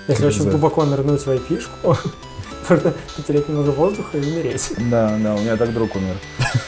Если очень глубоко нырнуть в IP-шку, можно потерять немного воздуха и умереть. Да, у меня так друг умер.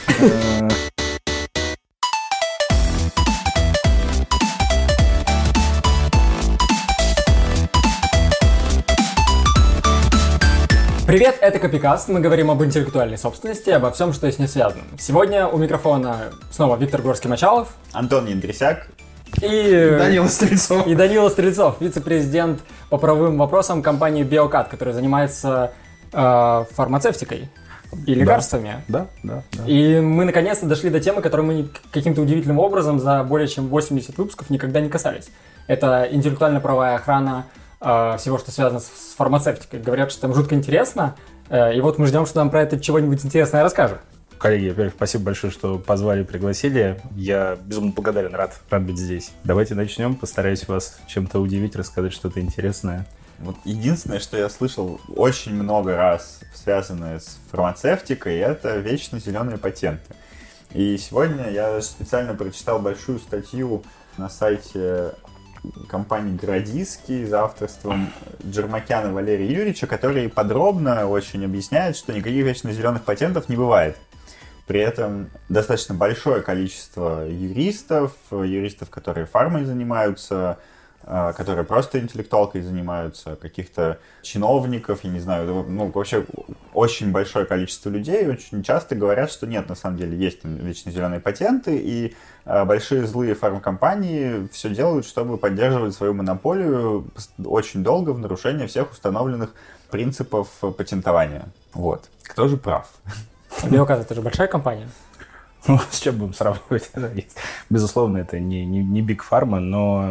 Привет, это Копикаст. Мы говорим об интеллектуальной собственности, обо всем, что с ней связано. Сегодня у микрофона снова Виктор Горский-Мачалов, Антон Яндрисяк и Данила Стрельцов, вице-президент по правовым вопросам компании BioCat, которая занимается фармацевтикой и лекарствами. Да. И мы наконец-то дошли до темы, которой мы каким-то удивительным образом за более чем 80 выпусков никогда не касались. Это интеллектуально-правовая охрана всего, что связано с фармацевтикой. Говорят, что там жутко интересно, и вот мы ждем, что нам про это чего-нибудь интересное расскажут. Коллеги, во-первых, спасибо большое, что позвали, пригласили. Я безумно благодарен, рад быть здесь. Давайте начнем, постараюсь вас чем-то удивить, рассказать что-то интересное. Вот единственное, что я слышал очень много раз, связанное с фармацевтикой, это вечно зеленые патенты. И сегодня я специально прочитал большую статью на сайте компании Градиский за авторством Джермакяна Валерия Юрьевича, который подробно очень объясняет, что никаких вечно зеленых патентов не бывает. При этом достаточно большое количество юристов, которые фармой занимаются, которые просто интеллектуалкой занимаются, каких-то чиновников, я не знаю, вообще очень большое количество людей очень часто говорят, что нет, на самом деле есть вечно зеленые патенты, и большие злые фармкомпании все делают, чтобы поддерживать свою монополию очень долго в нарушение всех установленных принципов патентования. Вот. Кто же прав? BioCat — это же большая компания. Ну, с чем будем сравнивать? Безусловно, это не Big Pharma, но,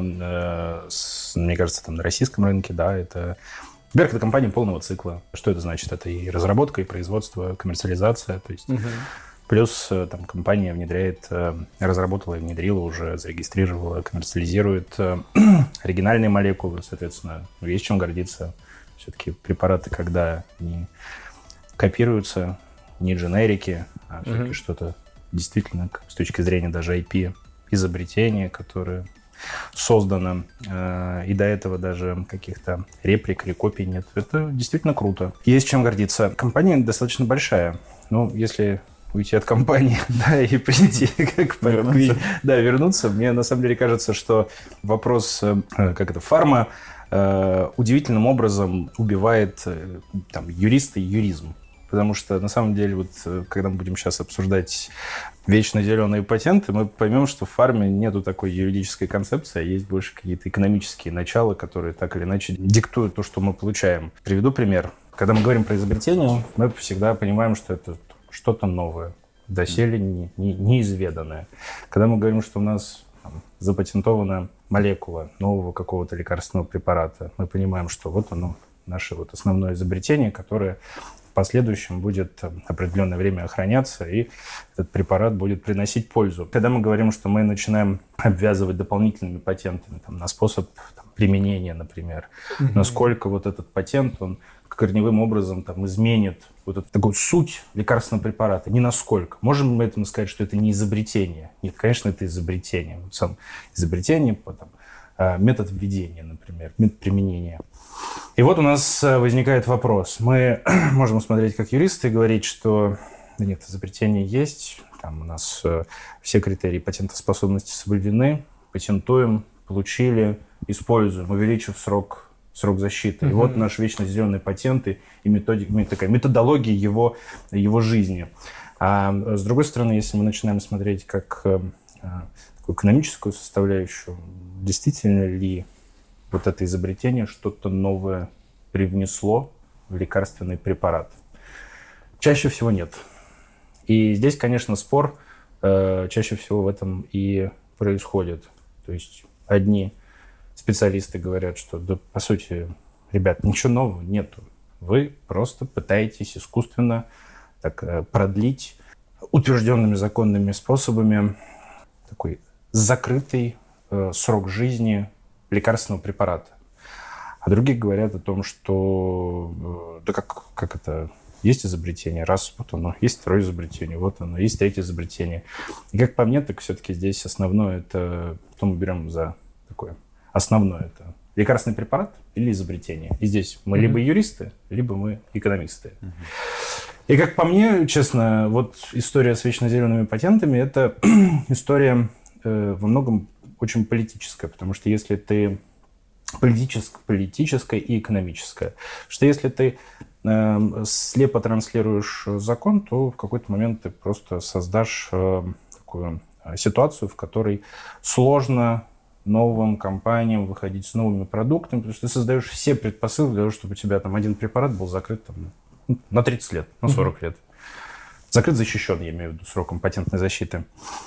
мне кажется, там на российском рынке, да, это... Во-первых, это компания полного цикла. Что это значит? Это и разработка, и производство, коммерциализация, то есть... Плюс там компания внедряет, разработала и внедрила уже, зарегистрировала, коммерциализирует оригинальные молекулы, соответственно, есть чем гордиться. Все-таки препараты, когда не копируются, не дженерики, а все-таки что-то действительно, с точки зрения даже IP, изобретение, которое создано, и до этого даже каких-то реплик или копий нет. Это действительно круто. Есть чем гордиться. Компания достаточно большая. Ну, если уйти от компании, да, и прийти вернуться. Мне на самом деле кажется, что вопрос, фарма удивительным образом убивает там юриста и юризм. Потому что, на самом деле, вот когда мы будем сейчас обсуждать вечно зеленые патенты, мы поймем, что в фарме нету такой юридической концепции, а есть больше какие-то экономические начала, которые так или иначе диктуют то, что мы получаем. Приведу пример. Когда мы говорим про изобретение, мы всегда понимаем, что это что-то новое, доселе неизведанное. Когда мы говорим, что у нас запатентована молекула нового какого-то лекарственного препарата, мы понимаем, что вот оно, наше вот основное изобретение, которое в последующем будет определенное время охраняться, и этот препарат будет приносить пользу. Когда мы говорим, что мы начинаем обвязывать дополнительными патентами на способ применения, например, насколько вот этот патент, он корневым образом изменит вот эту такую суть лекарственного препарата. Не насколько. Можем мы этому сказать, что это не изобретение? Нет, конечно, это изобретение. Вот сам изобретение, метод введения, например, метод применения. И вот у нас возникает вопрос. Мы можем смотреть как юристы и говорить, что да нет, изобретение есть, там у нас все критерии патентоспособности соблюдены, патентуем, получили, используем, увеличив срок защиты. И вот наши вечно зеленые патенты и методология его жизни. А с другой стороны, если мы начинаем смотреть как такую экономическую составляющую, действительно ли вот это изобретение что-то новое привнесло в лекарственный препарат? Чаще всего нет. И здесь, конечно, спор чаще всего в этом и происходит. То есть одни специалисты говорят, что, да, по сути, ребят, ничего нового нету. Вы просто пытаетесь искусственно продлить утвержденными законными способами такой закрытый срок жизни лекарственного препарата. А другие говорят о том, что да как это, есть изобретение, раз, вот оно, есть второе изобретение, вот оно, есть третье изобретение. И как по мне, так все-таки здесь основное это, что мы берем за такое основное, это лекарственный препарат или изобретение. И здесь мы либо юристы, либо мы экономисты. И как по мне, честно, вот история с вечно зелеными патентами – это история во многом очень политическая, потому что если ты политическая и экономическая, что если ты слепо транслируешь закон, то в какой-то момент ты просто создашь такую ситуацию, в которой сложно новым компаниям выходить с новыми продуктами, потому что ты создаешь все предпосылки для того, чтобы у тебя там один препарат был закрыт там, на 30 лет, на 40 лет. Закрыт, защищен, я имею в виду, сроком патентной защиты.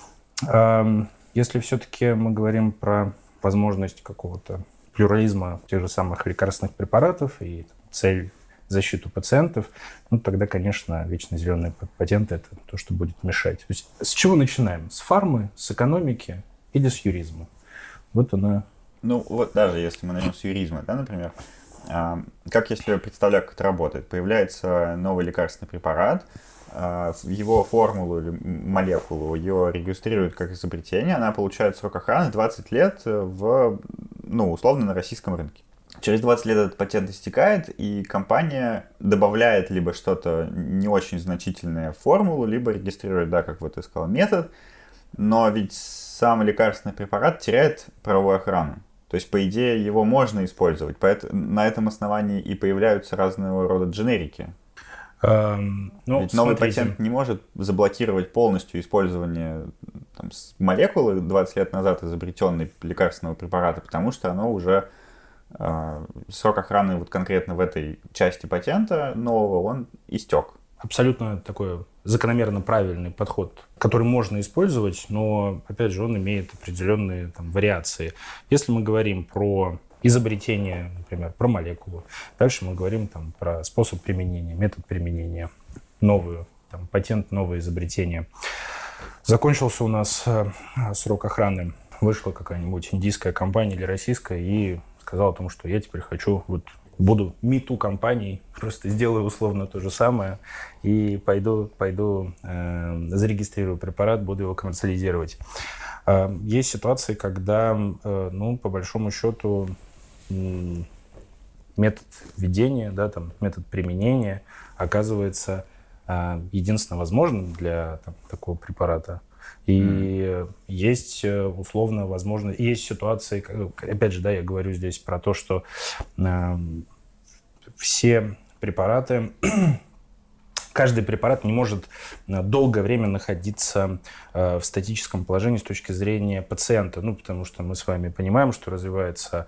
Если все-таки мы говорим про возможность какого-то плюрализма тех же самых лекарственных препаратов и цель защиту пациентов, ну, тогда, конечно, вечно зеленые патенты – это то, что будет мешать. То есть с чего начинаем? С фармы, с экономики или с юризма? Вот она. Ну, вот даже если мы начнем с юризма, да, например, как я себе представляю, как это работает? Появляется новый лекарственный препарат, его формулу или молекулу ее регистрируют как изобретение, она получает срок охраны 20 лет условно на российском рынке. Через 20 лет этот патент истекает, и компания добавляет либо что-то не очень значительное в формулу, либо регистрирует, да, как вот ты сказал, метод, но ведь сам лекарственный препарат теряет правовую охрану. То есть, по идее, его можно использовать. Поэтому на этом основании и появляются разного рода дженерики. Ведь новый патент не может заблокировать полностью использование молекулы 20 лет назад изобретенной лекарственного препарата, потому что оно уже срок охраны вот конкретно в этой части патента нового, он истек. Абсолютно такой закономерно правильный подход, который можно использовать, но, опять же, он имеет определенные вариации. Если мы говорим про изобретение, например, про молекулу, дальше мы говорим про способ применения, метод применения, новую, патент, новое изобретение. Закончился у нас срок охраны, вышла какая-нибудь индийская компания или российская и сказала о том, что я теперь хочу, буду MeToo компанией, просто сделаю условно то же самое и пойду зарегистрирую препарат, буду его коммерциализировать. Есть ситуации, когда, по большому счету, метод введения, метод применения оказывается единственно возможным для такого препарата. И есть условно возможно, есть ситуации, опять же, я говорю здесь про то, что все препараты, каждый препарат не может долгое время находиться в статическом положении с точки зрения пациента, потому что мы с вами понимаем, что развивается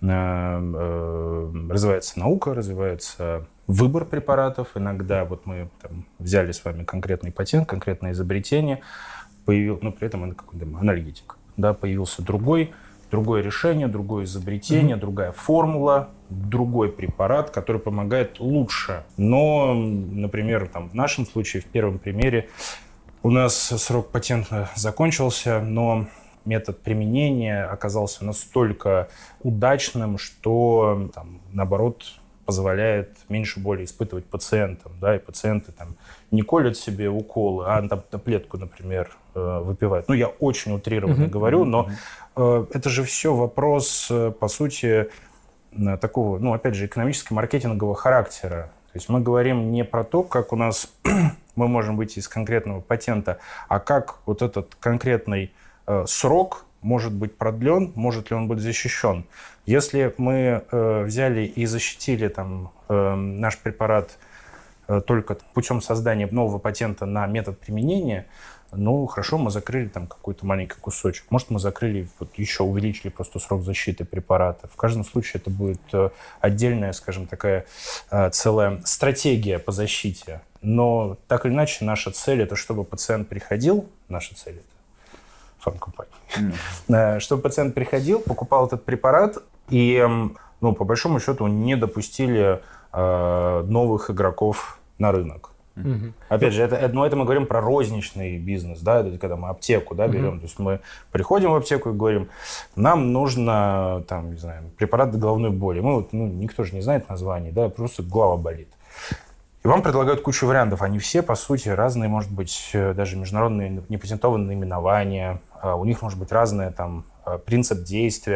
наука, развивается выбор препаратов. Иногда мы взяли с вами конкретный патент, конкретное изобретение, при этом это какой-то анальгетик. Да, появился другое решение, другое изобретение, другая формула, другой препарат, который помогает лучше. Но, например, в нашем случае, в первом примере, у нас срок патента закончился, но метод применения оказался настолько удачным, что, наоборот, позволяет меньше боли испытывать пациентам, да, и пациенты не колят себе уколы, а таблетку, например, выпивают. Я очень утрированно говорю, но это же все вопрос, по сути, такого, опять же, экономическо-маркетингового характера. То есть мы говорим не про то, как у нас мы можем выйти из конкретного патента, а как вот этот конкретный срок может быть продлен, может ли он быть защищен. Если мы взяли и защитили наш препарат только путем создания нового патента на метод применения, хорошо, мы закрыли какой-то маленький кусочек. Может, мы закрыли, еще увеличили просто срок защиты препарата. В каждом случае это будет отдельная, скажем, такая целая стратегия по защите. Но так или иначе, наша цель – это чтобы пациент приходил, наша цель – это фармкомпания, чтобы пациент приходил, покупал этот препарат, и, по большому счету, не допустили новых игроков на рынок. Опять же, это мы говорим про розничный бизнес, да, это когда мы аптеку, да, берем. То есть мы приходим в аптеку и говорим, нам нужно, препарат от головной боли. Никто же не знает названий, да, просто голова болит. И вам предлагают кучу вариантов. Они все, по сути, разные, может быть, даже международные непатентованные наименования. У них может быть разный принцип действия.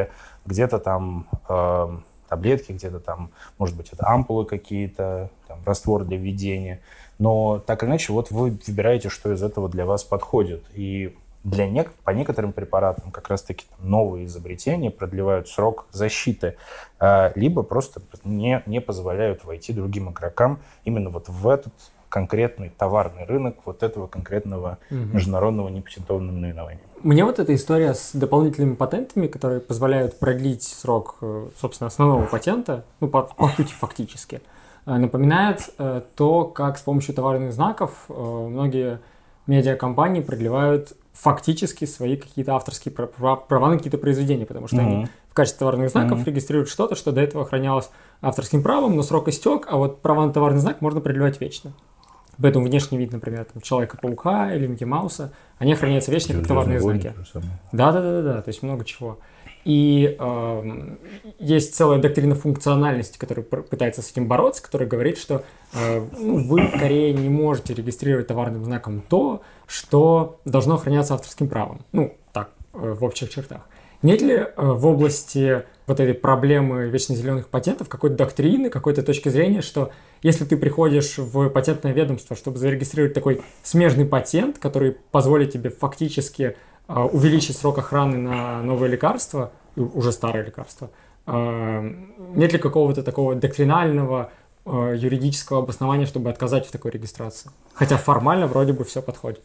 где-то там таблетки, где-то там, может быть, это ампулы какие-то, там, раствор для введения. Но так или иначе, вот вы выбираете, что из этого для вас подходит. И по некоторым препаратам как раз-таки новые изобретения продлевают срок защиты, либо просто не позволяют войти другим игрокам именно вот в этот конкретный товарный рынок вот этого конкретного международного непатентованного наименования. Мне вот эта история с дополнительными патентами, которые позволяют продлить срок, собственно, основного патента, ну, по сути, фактически, напоминает то, как с помощью товарных знаков многие медиакомпании продлевают фактически свои какие-то авторские права на какие-то произведения, потому что они в качестве товарных знаков регистрируют что-то, что до этого охранялось авторским правом, но срок истек, а вот права на товарный знак можно продлевать вечно. Поэтому внешний вид, например, там, Человека-паука или Микки Мауса, они охраняются вечно как товарные знаки. Да, то есть много чего. И есть целая доктрина функциональности, которая пытается с этим бороться, которая говорит, что вы скорее не можете регистрировать товарным знаком то, что должно охраняться авторским правом. Ну, так, в общих чертах. Нет ли в области вот этой проблемы вечно зеленых патентов какой-то доктрины, какой-то точки зрения, что если ты приходишь в патентное ведомство, чтобы зарегистрировать такой смежный патент, который позволит тебе фактически увеличить срок охраны на новое лекарство, уже старое лекарство, нет ли какого-то такого доктринального юридического обоснования, чтобы отказать в такой регистрации? Хотя формально вроде бы все подходит.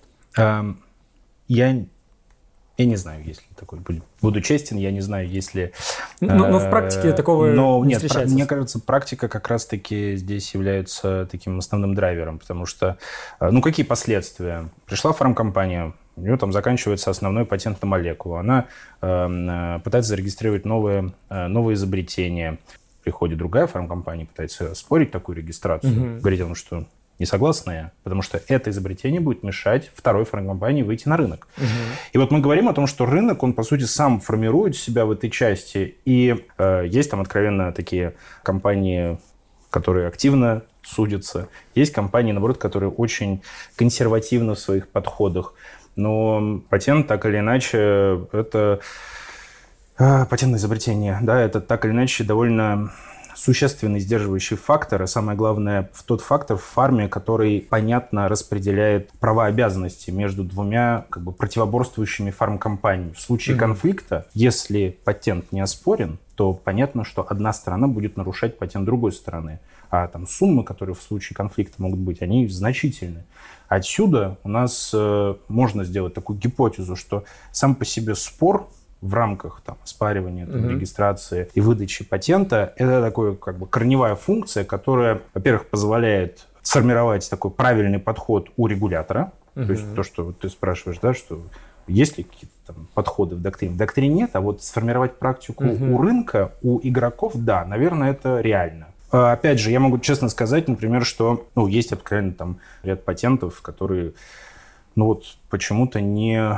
Я не знаю, есть ли такой. Буду честен, я не знаю, есть ли... Но в практике такого не встречается. Мне кажется, практика как раз-таки здесь является таким основным драйвером, потому что, какие последствия? Пришла фармкомпания, у нее там заканчивается основной патент на молекулу, она пытается зарегистрировать новые изобретения. Приходит другая фармкомпания, пытается спорить такую регистрацию, говорит о том, что не согласны, потому что это изобретение будет мешать второй фармкомпании выйти на рынок. И вот мы говорим о том, что рынок, он, по сути, сам формирует себя в этой части. И есть там откровенно такие компании, которые активно судятся. Есть компании, наоборот, которые очень консервативны в своих подходах. Но патент, так или иначе, это патентное изобретение. Да, это так или иначе довольно существенный сдерживающий фактор, а самое главное, тот фактор в фарме, который понятно распределяет права и обязанности между двумя противоборствующими фармкомпаниями. В случае конфликта, если патент не оспорен, то понятно, что одна сторона будет нарушать патент другой стороны. А там суммы, которые в случае конфликта могут быть, они значительны. Отсюда у нас можно сделать такую гипотезу, что сам по себе спор в рамках оспаривания, регистрации и выдачи патента, это такая корневая функция, которая, во-первых, позволяет сформировать такой правильный подход у регулятора. То есть то, что ты спрашиваешь, да, что есть ли какие-то там подходы в доктрине. В доктрине нет, а вот сформировать практику у рынка, у игроков, да, наверное, это реально. Опять же, я могу честно сказать, например, что есть откровенно там ряд патентов, которые почему-то не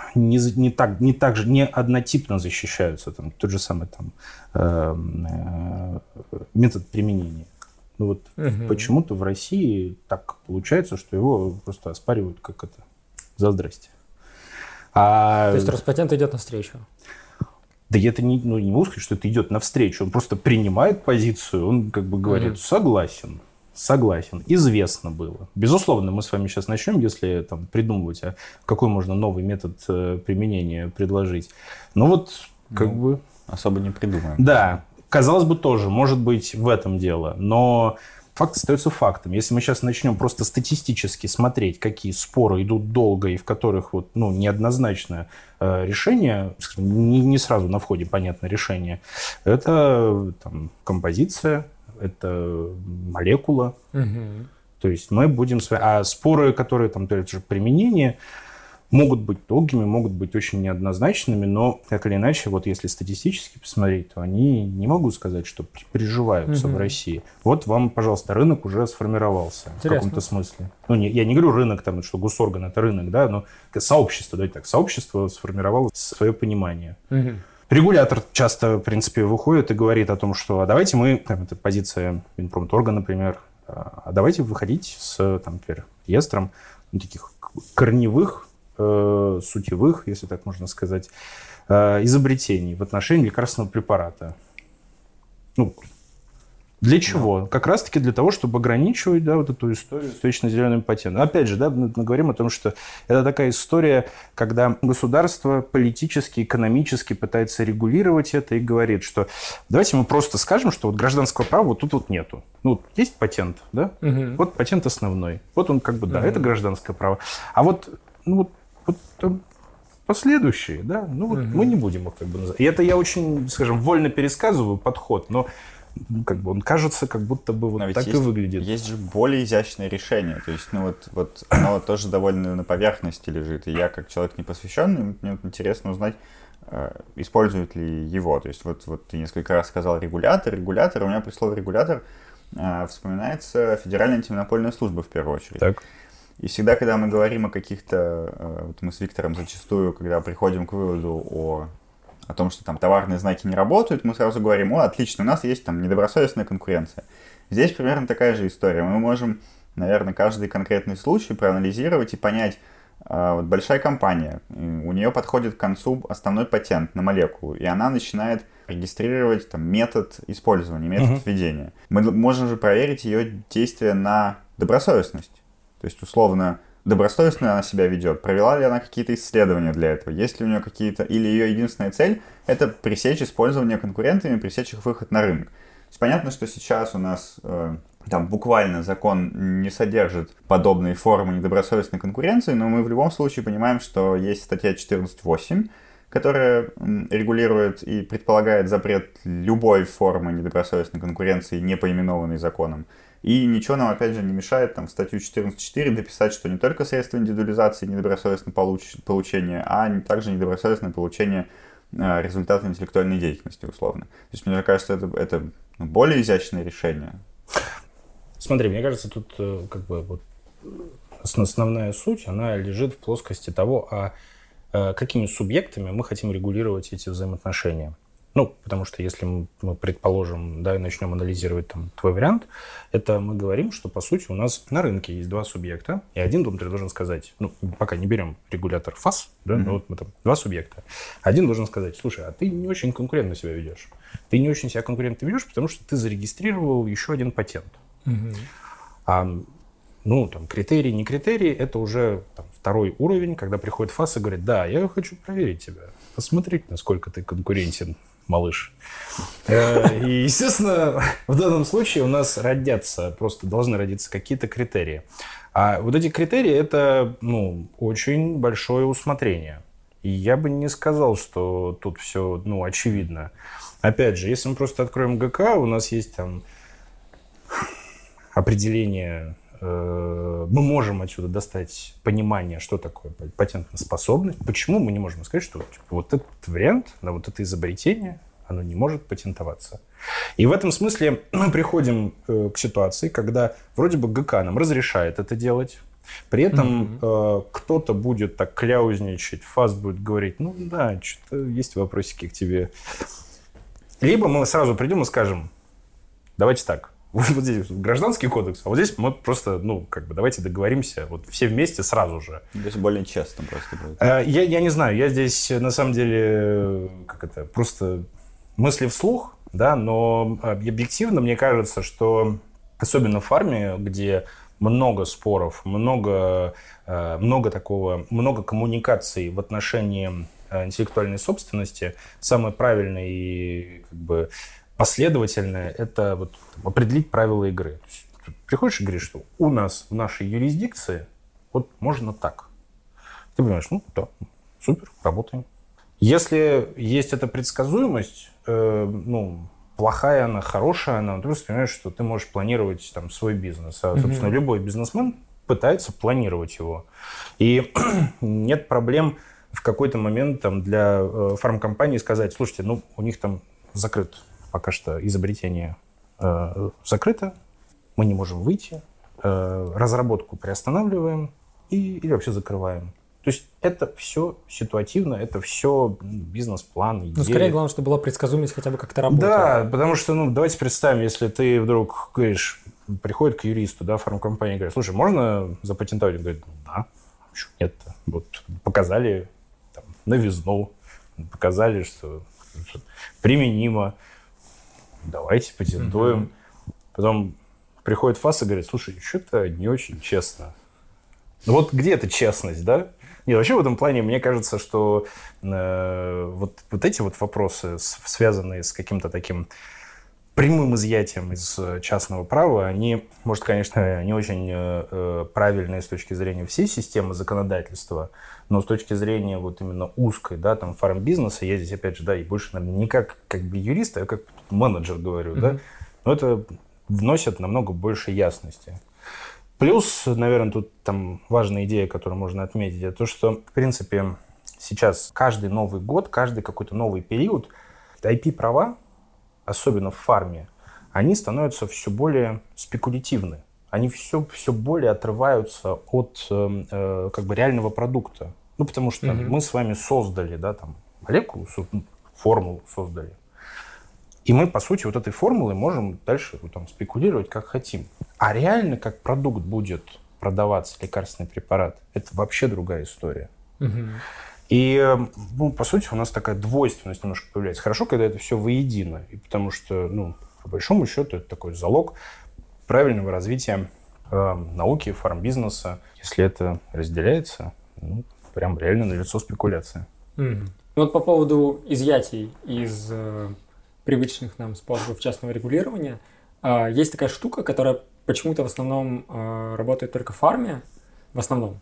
однотипно защищаются. Там, тот же самый метод применения. Почему-то в России так получается, что его просто оспаривают как это за здрасте. То есть Роспатент идет навстречу? Да это не могу сказать, что это идет навстречу. Он просто принимает позицию, он говорит, согласен, известно было. Безусловно, мы с вами сейчас начнем, если придумывать, какой можно новый метод применения предложить. Особо не придумаем. Да, казалось бы, тоже, может быть, в этом дело, но факт остается фактом. Если мы сейчас начнем просто статистически смотреть, какие споры идут долго и в которых неоднозначное решение, не сразу на входе понятно решение, это композиция, это молекула. То есть мы будем... А споры, которые применение, могут быть долгими, могут быть очень неоднозначными, но так или иначе, если статистически посмотреть, то они не могу сказать, что приживаются в России. Вот вам, пожалуйста, рынок уже сформировался. Интересно. В каком-то смысле. Я не говорю рынок, что госорган это рынок, да, но сообщество, давайте так, сообщество сформировало свое понимание. Регулятор часто, в принципе, выходит и говорит о том, что давайте мы, это позиция Минпромторга, например, давайте выходить с, например, реестром таких корневых, сутевых, если так можно сказать, изобретений в отношении лекарственного препарата. Ну, для чего? Как раз-таки для того, чтобы ограничивать, да, вот эту историю с вечно зеленым патентом. Опять же, да, мы говорим о том, что это такая история, когда государство политически, экономически пытается регулировать это и говорит, что давайте мы просто скажем, что вот гражданского права вот тут вот нету. Ну, есть патент, да? Вот патент основной. Вот он как бы, да, это гражданское право. А вот, ну, вот там последующие, да, ну, вот мы не будем их как бы называть. И это я очень, скажем, вольно пересказываю подход, но как бы он кажется, как будто бы вот так и выглядит. Есть же более изящное решение. То есть, ну вот оно тоже довольно на поверхности лежит. И я, как человек непосвященный, мне интересно узнать, используют ли его. То есть, вот ты несколько раз сказал регулятор. Регулятор, у меня при слове регулятор вспоминается Федеральная антимонопольная служба в первую очередь. Так. И всегда, когда мы говорим о каких-то... Вот мы с Виктором зачастую, когда приходим к выводу о том, что там товарные знаки не работают, мы сразу говорим: о, отлично, у нас есть там недобросовестная конкуренция. Здесь примерно такая же история. Мы можем, наверное, каждый конкретный случай проанализировать и понять, вот большая компания, у нее подходит к концу основной патент на молекулу, и она начинает регистрировать там метод использования, метод введения. Мы можем же проверить ее действие на добросовестность. То есть, условно, добросовестно она себя ведет, провела ли она какие-то исследования для этого, есть ли у нее какие-то, или ее единственная цель — это пресечь использование конкурентами, пресечь их выход на рынок. То есть понятно, что сейчас у нас там буквально закон не содержит подобные формы недобросовестной конкуренции, но мы в любом случае понимаем, что есть статья 14.8, которая регулирует и предполагает запрет любой формы недобросовестной конкуренции, не поименованной законом. И ничего нам, опять же, не мешает там в статью 14.4 дописать, что не только средства индивидуализации недобросовестное получение, а также недобросовестное получение результата интеллектуальной деятельности, условно. То есть, мне кажется, это более изящное решение. Смотри, мне кажется, тут как бы вот основная суть, она лежит в плоскости того, какими субъектами мы хотим регулировать эти взаимоотношения. Ну, потому что если мы предположим, да, и начнем анализировать там твой вариант, это мы говорим, что, по сути, у нас на рынке есть два субъекта, и один должен сказать, ну, пока не берем регулятор ФАС, да, но вот мы там два субъекта. Один должен сказать: слушай, а ты не очень конкурентно себя ведешь. Ты не очень себя конкурентно ведешь, потому что ты зарегистрировал еще один патент. Ну, там, критерий, не критерий, это уже там, второй уровень, когда приходит ФАС и говорит: да, я хочу проверить тебя, посмотреть, насколько ты конкурентен, малыш. И, естественно, в данном случае у нас должны родиться какие-то критерии. А вот эти критерии — это, ну, очень большое усмотрение. И я бы не сказал, что тут все, ну, очевидно. Опять же, если мы просто откроем ГК, у нас есть там определение... Мы можем отсюда достать понимание, что такое патентная способность. Почему мы не можем сказать, что типа, вот этот вариант, да, вот это изобретение, оно не может патентоваться. И в этом смысле мы приходим к ситуации, когда вроде бы ГК нам разрешает это делать, при этом кто-то будет так кляузничать, ФАС будет говорить: ну да, что-то есть вопросики к тебе. Либо мы сразу придем и скажем: давайте так. Вот здесь гражданский кодекс, а вот здесь мы просто, ну, как бы давайте договоримся, вот все вместе сразу же. То есть более честно просто будет. Я не знаю, я здесь на самом деле, просто мысли вслух, да, но объективно мне кажется, что особенно в фарме, где много споров, много коммуникаций в отношении интеллектуальной собственности, самое правильное и как бы последовательное — это вот определить правила игры. Ты приходишь и говоришь, что у нас в нашей юрисдикции вот можно так. Ты понимаешь, ну да, супер, работаем. Если есть эта предсказуемость, ну, плохая она, хорошая она, ты просто понимаешь, что ты можешь планировать там свой бизнес. А, собственно, любой бизнесмен пытается планировать его. И нет проблем в какой-то момент там для фармкомпании сказать: слушайте, ну, у них там закрыт пока что изобретение закрыто, мы не можем выйти, разработку приостанавливаем или вообще закрываем. То есть это все ситуативно, это все бизнес-план. Ну, скорее, главное, чтобы была предсказуемость хотя бы как-то работала. Да, потому что, ну, давайте представим, если ты вдруг говоришь, приходит к юристу, да, фармкомпания, говорит: слушай, можно запатентовать? Он говорит: да, почему нет-то? Вот показали там новизну, показали, что применимо, давайте патентуем. Потом приходит ФАС и говорит, слушай, что-то не очень честно. Вот где эта честность, да? Нет, вообще в этом плане мне кажется, что вот эти вот вопросы, связанные с каким-то таким прямым изъятием из частного права, они, может, конечно, не очень правильные с точки зрения всей системы законодательства, но с точки зрения вот именно узкой, да, там, фармбизнеса, я здесь, опять же, да, и больше, наверное, не как бы юрист, а как менеджер говорю, да, но это вносит намного больше ясности. Плюс, наверное, тут там важная идея, которую можно отметить, это то, что, в принципе, сейчас каждый Новый год, каждый какой-то новый период, IP-права, особенно в фарме, они становятся все более спекулятивны. Они все более отрываются от как бы реального продукта. Ну, потому что мы с вами создали, да, там, молекулу, формулу создали. И мы, по сути, вот этой формулой можем дальше там спекулировать, как хотим. А реально, как продукт будет продаваться, лекарственный препарат, это вообще другая история. И, ну, по сути, у нас такая двойственность немножко появляется. Хорошо, когда это все воедино, и потому что, ну, по большому счету, это такой залог правильного развития науки, фармбизнеса. Если это разделяется, ну, прям реально налицо спекуляция. Вот по поводу изъятий из привычных нам способов частного регулирования, есть такая штука, которая почему-то в основном работает только в фарме, в основном.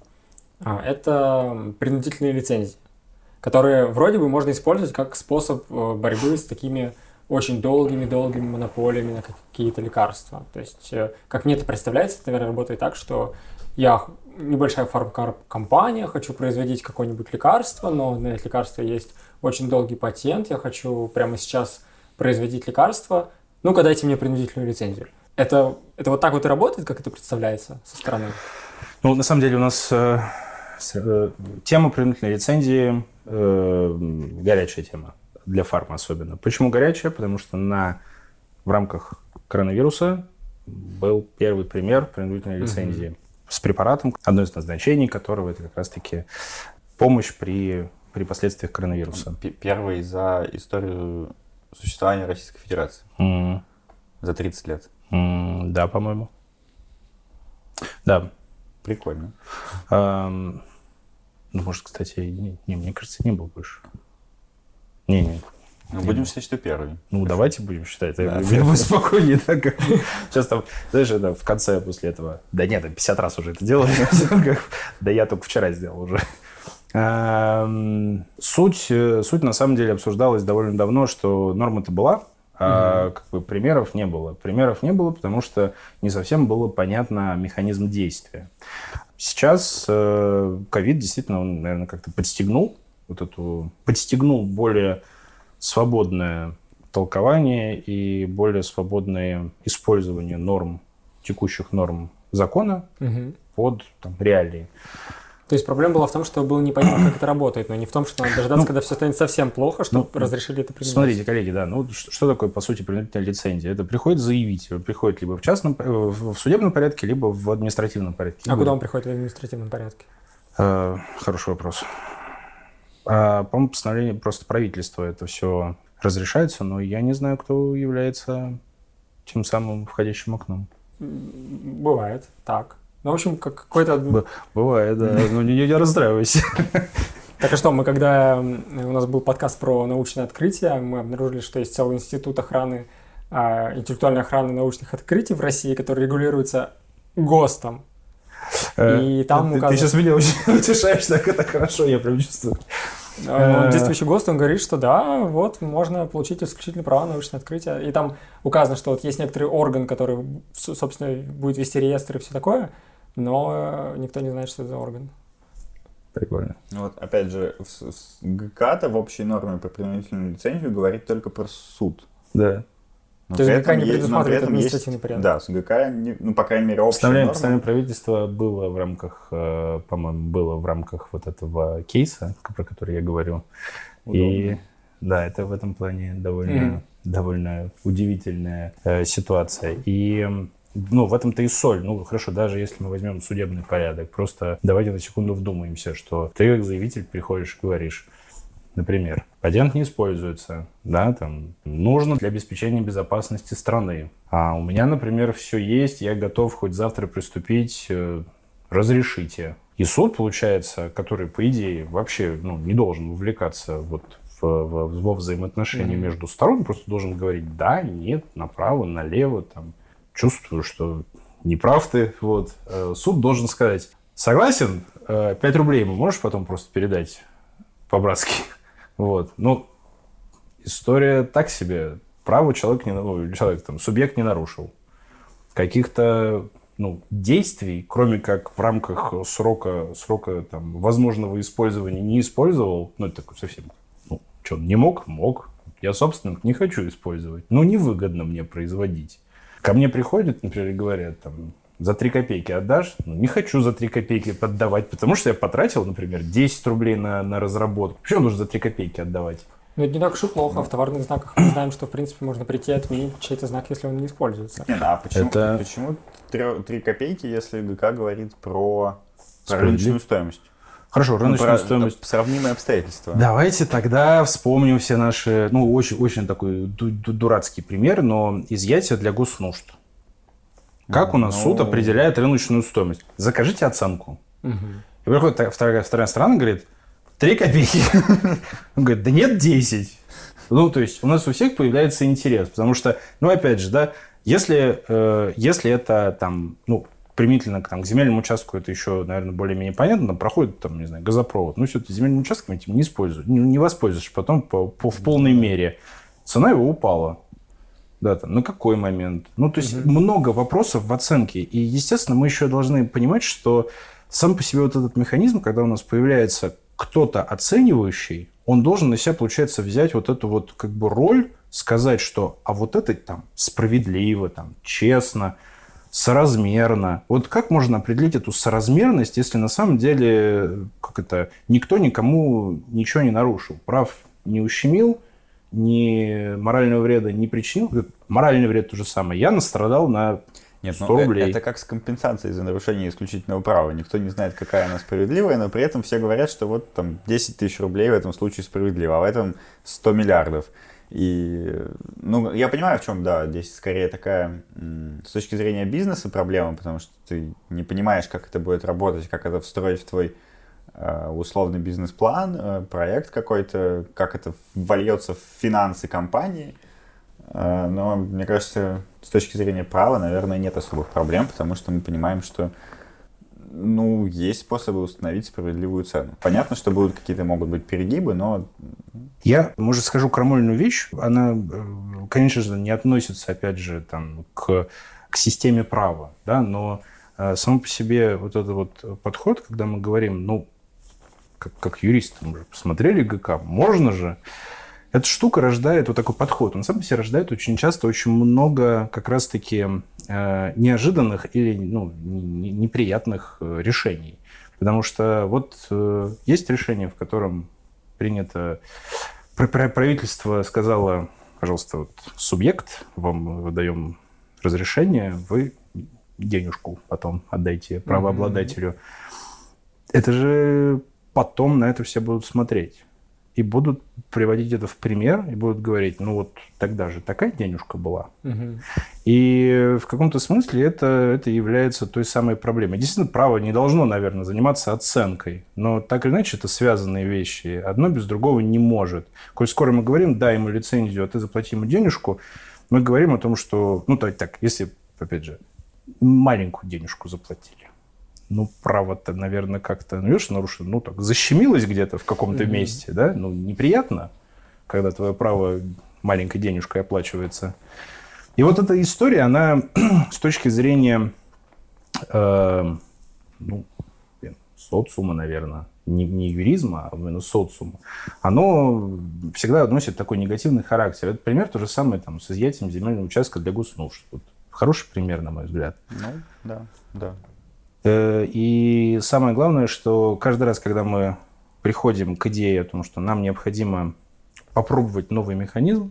Это принудительные лицензии, которые вроде бы можно использовать как способ борьбы с такими очень долгими монополиями на какие-то лекарства. То есть, как мне это представляется, это, наверное, работает так, что я небольшая фармкомпания, хочу производить какое-нибудь лекарство, но на это лекарство есть очень долгий патент, я хочу прямо сейчас производить лекарство, ну-ка дайте мне принудительную лицензию. Это вот так вот и работает, как это представляется со стороны? Ну, на самом деле у нас тема принудительной лицензии горячая тема, для фарма особенно. Почему горячая? Потому что в рамках коронавируса был первый пример принудительной лицензии с препаратом, одно из назначений которого это как раз-таки помощь при последствиях коронавируса. Первый за историю существования Российской Федерации. За 30 лет. Да, по-моему. Да. Прикольно. Ну, может, кстати, не, мне кажется, не был больше. Не. Ну, будем считать, что первый. Ну, хорошо. Давайте будем считать. Да, я бы спокойнее. Так, как... Сейчас там, знаешь, это в конце после этого... Да нет, 50 раз уже это делали. Да я только вчера сделал уже. Суть на самом деле обсуждалась довольно давно, что норма-то была, а как бы примеров не было. Примеров не было, потому что не совсем было понятно механизм действия. Сейчас ковид действительно, он, наверное, как-то подстегнул более свободное толкование и более свободное использование текущих норм закона под реалии. То есть проблема была в том, что было непонятно, как это работает, но не в том, что надо дождаться, когда все станет совсем плохо, чтобы разрешили это применять. Смотрите, коллеги, да, ну что такое, по сути, принудительная лицензия? Это приходит заявитель, приходит либо в судебном порядке, либо в административном порядке. А куда он приходит в административном порядке? Хороший вопрос. По-моему, постановление просто правительства это все разрешается, но я не знаю, кто является тем самым входящим окном. Бывает, так. Ну, в общем, какой-то... Бывает, да. Ну, не расстраивайся. Так а что, когда у нас был подкаст про научное открытие, мы обнаружили, что есть целый институт охраны, интеллектуальной охраны научных открытий в России, который регулируется ГОСТом. И там указано... Ты сейчас меня очень утешаешь, так это хорошо, я прям чувствую. Действующий ГОСТ, он говорит, что да, вот можно получить исключительно права на научное открытие. И там указано, что вот есть некоторый орган, который, собственно, будет вести реестр и все такое, но никто не знает, что это за орган. Прикольно. Вот, опять же, ГК-то в общей норме про принудительную лицензию говорит только про суд. Да. То есть ГК не предусматривает административный порядок? Да, с ГК, по крайней мере, общая норма. Постановление правительства было в рамках, по-моему, вот этого кейса, про который я говорю. Удобно. И да, это в этом плане довольно удивительная ситуация. И в этом-то и соль. Ну, хорошо, даже если мы возьмем судебный порядок, просто давайте на секунду вдумаемся, что ты как заявитель приходишь и говоришь: например, патент не используется, да, там, нужно для обеспечения безопасности страны. А у меня, например, все есть, я готов хоть завтра приступить, разрешите. И суд, получается, который, по идее, вообще не должен вовлекаться во взаимоотношения между сторон, просто должен говорить да, нет, направо, налево, там, чувствую, что не прав ты. Вот. Суд должен сказать, согласен, 5 рублей ему можешь потом просто передать по-братски. Вот. Ну, история так себе. Право субъект не нарушил. Каких-то действий, кроме как в рамках срока там, возможного использования не использовал, это такой совсем, что, не мог? Мог. Я, собственно, не хочу использовать. Невыгодно мне производить. Ко мне приходят, например, и говорят, там, за 3 копейки отдашь? Не хочу за 3 копейки поддавать, потому что я потратил, например, 10 рублей на разработку. Почему нужно за 3 копейки отдавать? Это не так уж и плохо. В товарных знаках мы знаем, что, в принципе, можно прийти и отменить чей-то знак, если он не используется. Почему 3 копейки, если ГК говорит про рыночную стоимость? Хорошо, рыночную стоимость. Сравнимые обстоятельства. Давайте тогда вспомним все наши, очень такой дурацкий пример, но изъятие для госнужд. Как у нас суд определяет рыночную стоимость? Закажите оценку. И приходит вторая сторона и говорит, 3 копейки. Он говорит, да нет, 10. То есть у нас у всех появляется интерес, потому что, опять же, да, если это там, применительно к земельному участку, это еще, наверное, более-менее понятно, там проходит, там, не знаю, газопровод, все-таки земельным участком этим не используют, не воспользуешься потом в полной мере. Цена его упала. Да, там, на какой момент? То есть много вопросов в оценке. И, естественно, мы еще должны понимать, что сам по себе вот этот механизм, когда у нас появляется кто-то оценивающий, он должен на себя, получается, взять вот эту роль, сказать, что вот это там справедливо, там, честно, соразмерно. Вот как можно определить эту соразмерность, если на самом деле никто никому ничего не нарушил, прав не ущемил, ни морального вреда не причинил. Моральный вред то же самое. Я настрадал на 100 рублей. Это как с компенсацией за нарушение исключительного права. Никто не знает, какая она справедливая, но при этом все говорят, что 10 тысяч рублей в этом случае справедливо, а в этом 100 миллиардов. И, я понимаю, в чем, да, здесь скорее такая, с точки зрения бизнеса, проблема, потому что ты не понимаешь, как это будет работать, как это встроить в твой условный бизнес-план, проект какой-то, как это вольется в финансы компании. Но, мне кажется, с точки зрения права, наверное, нет особых проблем, потому что мы понимаем, что есть способы установить справедливую цену. Понятно, что могут быть перегибы, но... Я, может, скажу крамольную вещь. Она, конечно же, не относится, опять же, к системе права, да, но сам по себе вот этот подход, когда мы говорим, как юристы, мы же посмотрели ГК, можно же. Эта штука рождает такой подход. Он сам по себе рождает очень часто очень много как раз-таки неожиданных или неприятных решений. Потому что есть решение, в котором принято... Правительство сказало, пожалуйста, субъект, вам выдаем разрешение, вы денежку потом отдайте правообладателю. Это же потом на это все будут смотреть. И будут приводить это в пример, и будут говорить, тогда же такая денежка была. И в каком-то смысле это является той самой проблемой. Действительно, право не должно, наверное, заниматься оценкой, но так или иначе это связанные вещи. Одно без другого не может. Коль скоро мы говорим, дай ему лицензию, а ты заплати ему денежку, мы говорим о том, что, если, опять же, маленькую денежку заплатили. Право-то, наверное, как-то, нарушено, защемилось где-то в каком-то месте, да? Неприятно, когда твое право маленькой денежкой оплачивается. И эта история, она с точки зрения социума, наверное, не юризма, а именно социума, оно всегда носит такой негативный характер. Это пример то же самое с изъятием земельного участка для госнужд. Хороший пример, на мой взгляд. Да. И самое главное, что каждый раз, когда мы приходим к идее о том, что нам необходимо попробовать новый механизм,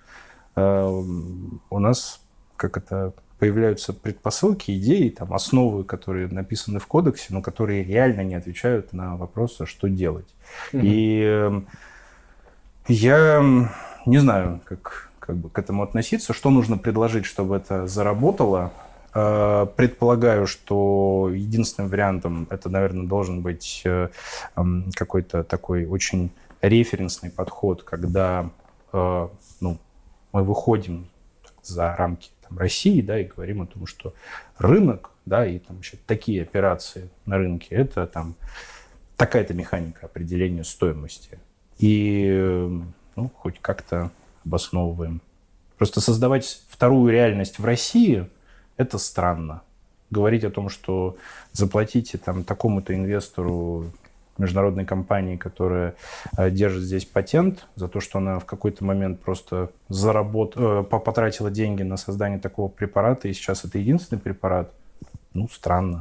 у нас появляются предпосылки, идеи, основы, которые написаны в кодексе, но которые реально не отвечают на вопрос, что делать. И Я не знаю, как бы к этому относиться, что нужно предложить, чтобы это заработало. Предполагаю, что единственным вариантом это, наверное, должен быть какой-то такой очень референсный подход, когда мы выходим за рамки России, да, и говорим о том, что рынок, да, и там еще такие операции на рынке, это там такая-то механика определения стоимости. И хоть как-то обосновываем. Просто создавать вторую реальность в России – это странно. Говорить о том, что заплатите там такому-то инвестору международной компании, которая держит здесь патент, за то, что она в какой-то момент просто потратила деньги на создание такого препарата, и сейчас это единственный препарат, странно.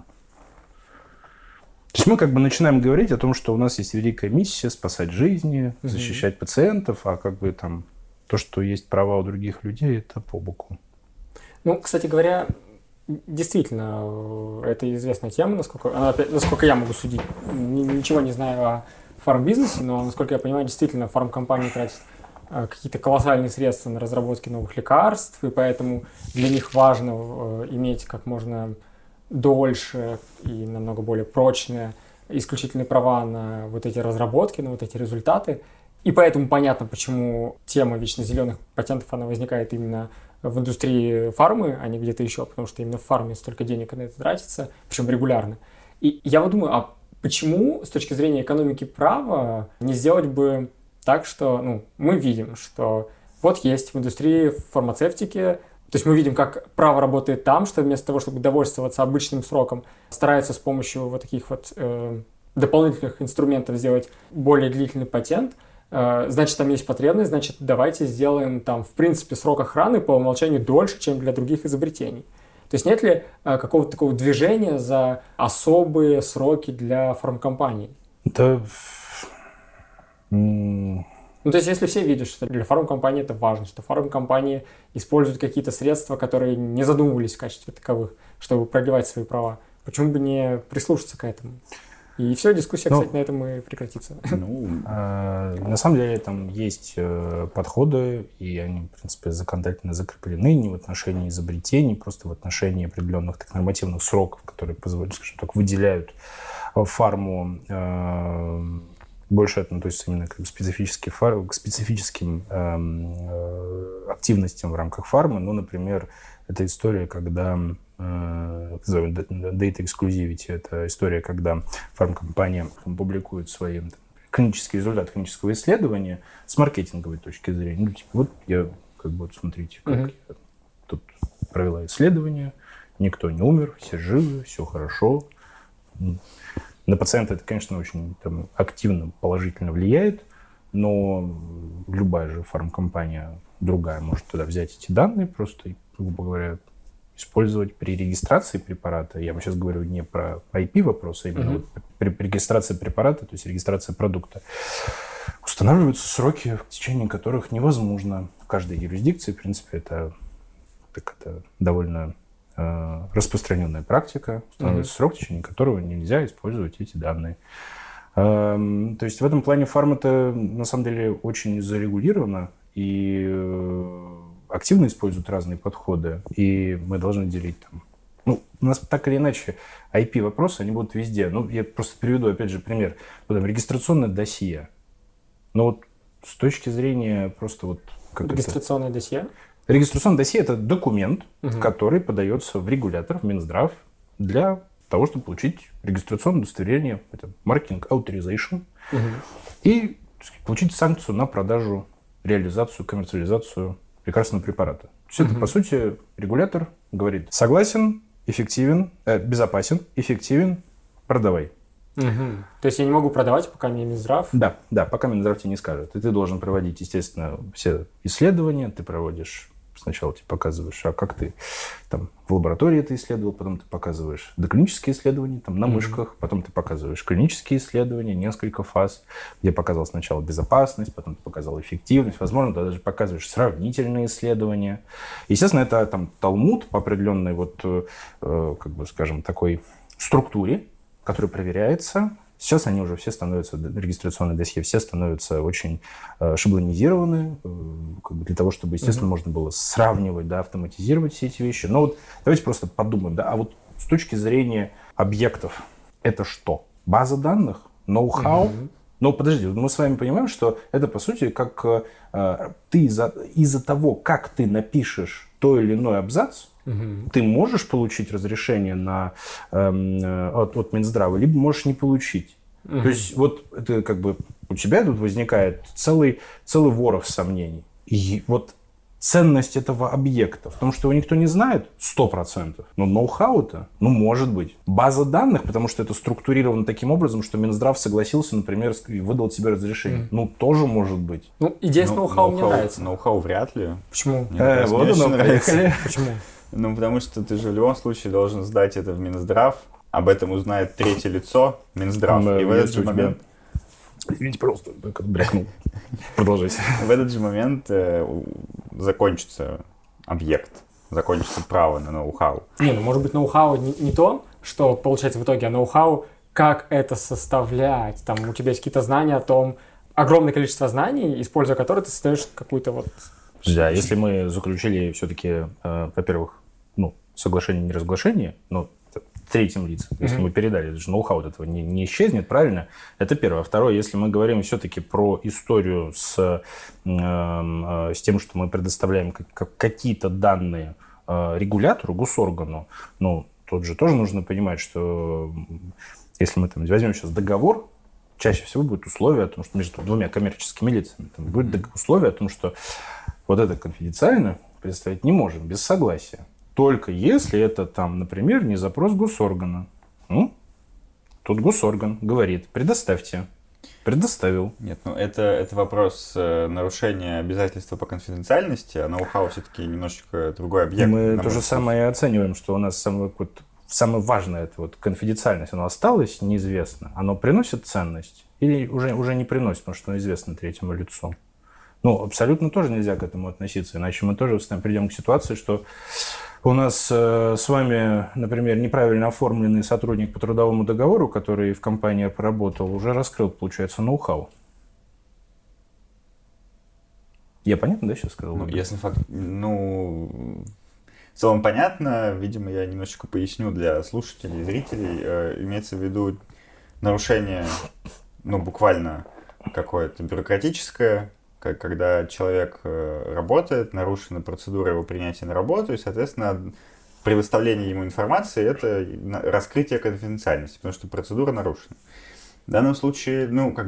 То есть мы как бы начинаем говорить о том, что у нас есть великая миссия спасать жизни, защищать пациентов, а как бы там то, что есть права у других людей, это по боку. Кстати говоря, действительно, это известная тема, насколько я могу судить. Ничего не знаю о фармбизнесе, но, насколько я понимаю, действительно, фармкомпании тратят какие-то колоссальные средства на разработки новых лекарств, и поэтому для них важно иметь как можно дольше и намного более прочные исключительные права на вот эти разработки, на вот эти результаты. И поэтому понятно, почему тема вечно зеленых патентов, она возникает именно в индустрии фармы, а не где-то еще, потому что именно в фарме столько денег на это тратится, причем регулярно. И я вот думаю, а почему с точки зрения экономики права не сделать бы так, что мы видим, что вот есть в индустрии фармацевтики, то есть мы видим, как право работает там, что вместо того, чтобы довольствоваться обычным сроком, старается с помощью вот таких вот дополнительных инструментов сделать более длительный патент. Значит, там есть потребность, значит, давайте сделаем там, в принципе, срок охраны по умолчанию дольше, чем для других изобретений. То есть нет ли какого-то такого движения за особые сроки для фармкомпаний? Да. То есть если все видят, что для фармкомпании это важно, что фармкомпании используют какие-то средства, которые не задумывались в качестве таковых, чтобы продлевать свои права, почему бы не прислушаться к этому? И все, дискуссия, кстати, на этом и прекратится. На самом деле там есть подходы, и они, в принципе, законодательно закреплены не в отношении изобретений, просто в отношении определенных так, нормативных сроков, которые позволяют, скажем так, выделяют фарму больше относится именно к специфическим активностям в рамках фармы. Например, это история, когда data exclusivity, это история, когда фармкомпания публикует свои клинические результаты клинического исследования с маркетинговой точки зрения. Вот я, смотрите, как я тут провела исследование, никто не умер, все живы, все хорошо. На пациента это, конечно, очень активно, положительно влияет, но любая же фармкомпания другая может туда взять эти данные просто, грубо говоря, использовать при регистрации препарата. Я вам сейчас говорю не про IP-вопрос, а именно при регистрации препарата, то есть регистрация продукта. Устанавливаются сроки, в течение которых невозможно в каждой юрисдикции, в принципе, это довольно распространенная практика, устанавливается срок, в течение которого нельзя использовать эти данные. То есть в этом плане фарма это на самом деле очень зарегулировано и активно используют разные подходы, и мы должны делить там. У нас так или иначе IP-вопросы, они будут везде. Я просто приведу, опять же, пример. Регистрационное досье. С точки зрения просто Регистрационное досье? Регистрационное досье – это документ, который подается в регулятор, в Минздрав, для того, чтобы получить регистрационное удостоверение, это marketing authorization, и получить санкцию на продажу, реализацию, коммерциализацию лекарственного препарата. То есть это, по сути, регулятор говорит: согласен, эффективен, безопасен, эффективен, продавай. То есть я не могу продавать, пока мне Минздрав? Да, пока Минздрав тебе не скажет. И ты должен проводить, естественно, все исследования, ты проводишь. Сначала тебе показываешь, а как ты там в лаборатории это исследовал, потом ты показываешь доклинические исследования там, на мышках, потом ты показываешь клинические исследования, несколько фаз, где показал сначала безопасность, потом ты показал эффективность, возможно, ты даже показываешь сравнительные исследования. Естественно, это там талмуд по определенной такой структуре, которая проверяется Сейчас они уже все становятся, регистрационные досье, все становятся очень шаблонизированы, как бы для того, чтобы, естественно, можно было сравнивать, да, автоматизировать все эти вещи. Но вот давайте просто подумаем, да, а вот с точки зрения объектов, это что? База данных? Ноу-хау? Но подожди, мы с вами понимаем, что это, по сути, как ты из-за того, как ты напишешь то или иной абзац, ты можешь получить разрешение от Минздрава, либо можешь не получить. То есть вот это как бы у тебя тут возникает целый ворох сомнений. И вот ценность этого объекта в том, что его никто не знает 100%. Но ноу-хау-то, может быть. База данных, потому что это структурировано таким образом, что Минздрав согласился, например, и выдал тебе разрешение. Тоже может быть. Идея с ноу-хау мне нравится. Ноу-хау вряд ли. Почему? Вот оно, поехали. Почему? Потому что ты же в любом случае должен сдать это в Минздрав. Об этом узнает третье лицо, Минздрав. И в этот же момент... Извините, пожалуйста, как брякнул. Продолжайте. В этот же момент закончится объект, закончится право на ноу-хау. Может быть, ноу-хау не то, что получается в итоге, а ноу-хау, как это составлять. Там у тебя есть какие-то знания о том, огромное количество знаний, используя которые ты создаешь какую-то вот... Да, если мы заключили все-таки, во-первых, соглашение не разглашение, но третьим лицам, если мы передали, это же ноу-хау от этого не исчезнет, правильно? Это первое. Второе, если мы говорим все-таки про историю с тем, что мы предоставляем какие-то данные регулятору, госоргану, тут же тоже нужно понимать, что если мы там возьмем сейчас договор, чаще всего будет условие о том, что между двумя коммерческими лицами будет условие о том, что вот это конфиденциально предоставить не можем без согласия. Только если это там, например, не запрос госоргана. Тут госорган говорит, предоставьте. Предоставил. Нет, это вопрос нарушения обязательства по конфиденциальности, а ноу-хау все-таки немножечко другой объект. Мы то же самое оцениваем, что у нас самое важное, это конфиденциальность, оно осталось неизвестно. Оно приносит ценность или уже не приносит, потому что оно известно третьему лицу. Абсолютно тоже нельзя к этому относиться, иначе мы тоже придем к ситуации, что у нас с вами, например, неправильно оформленный сотрудник по трудовому договору, который в компании поработал, уже раскрыл, получается, ноу-хау. Я понятно, да, сейчас сказал? Если факт... в целом понятно. Видимо, я немножечко поясню для слушателей и зрителей. Имеется в виду нарушение, буквально какое-то бюрократическое, когда человек работает, нарушена процедура его принятия на работу, и, соответственно, предоставление ему информации – это раскрытие конфиденциальности, потому что процедура нарушена. В данном случае,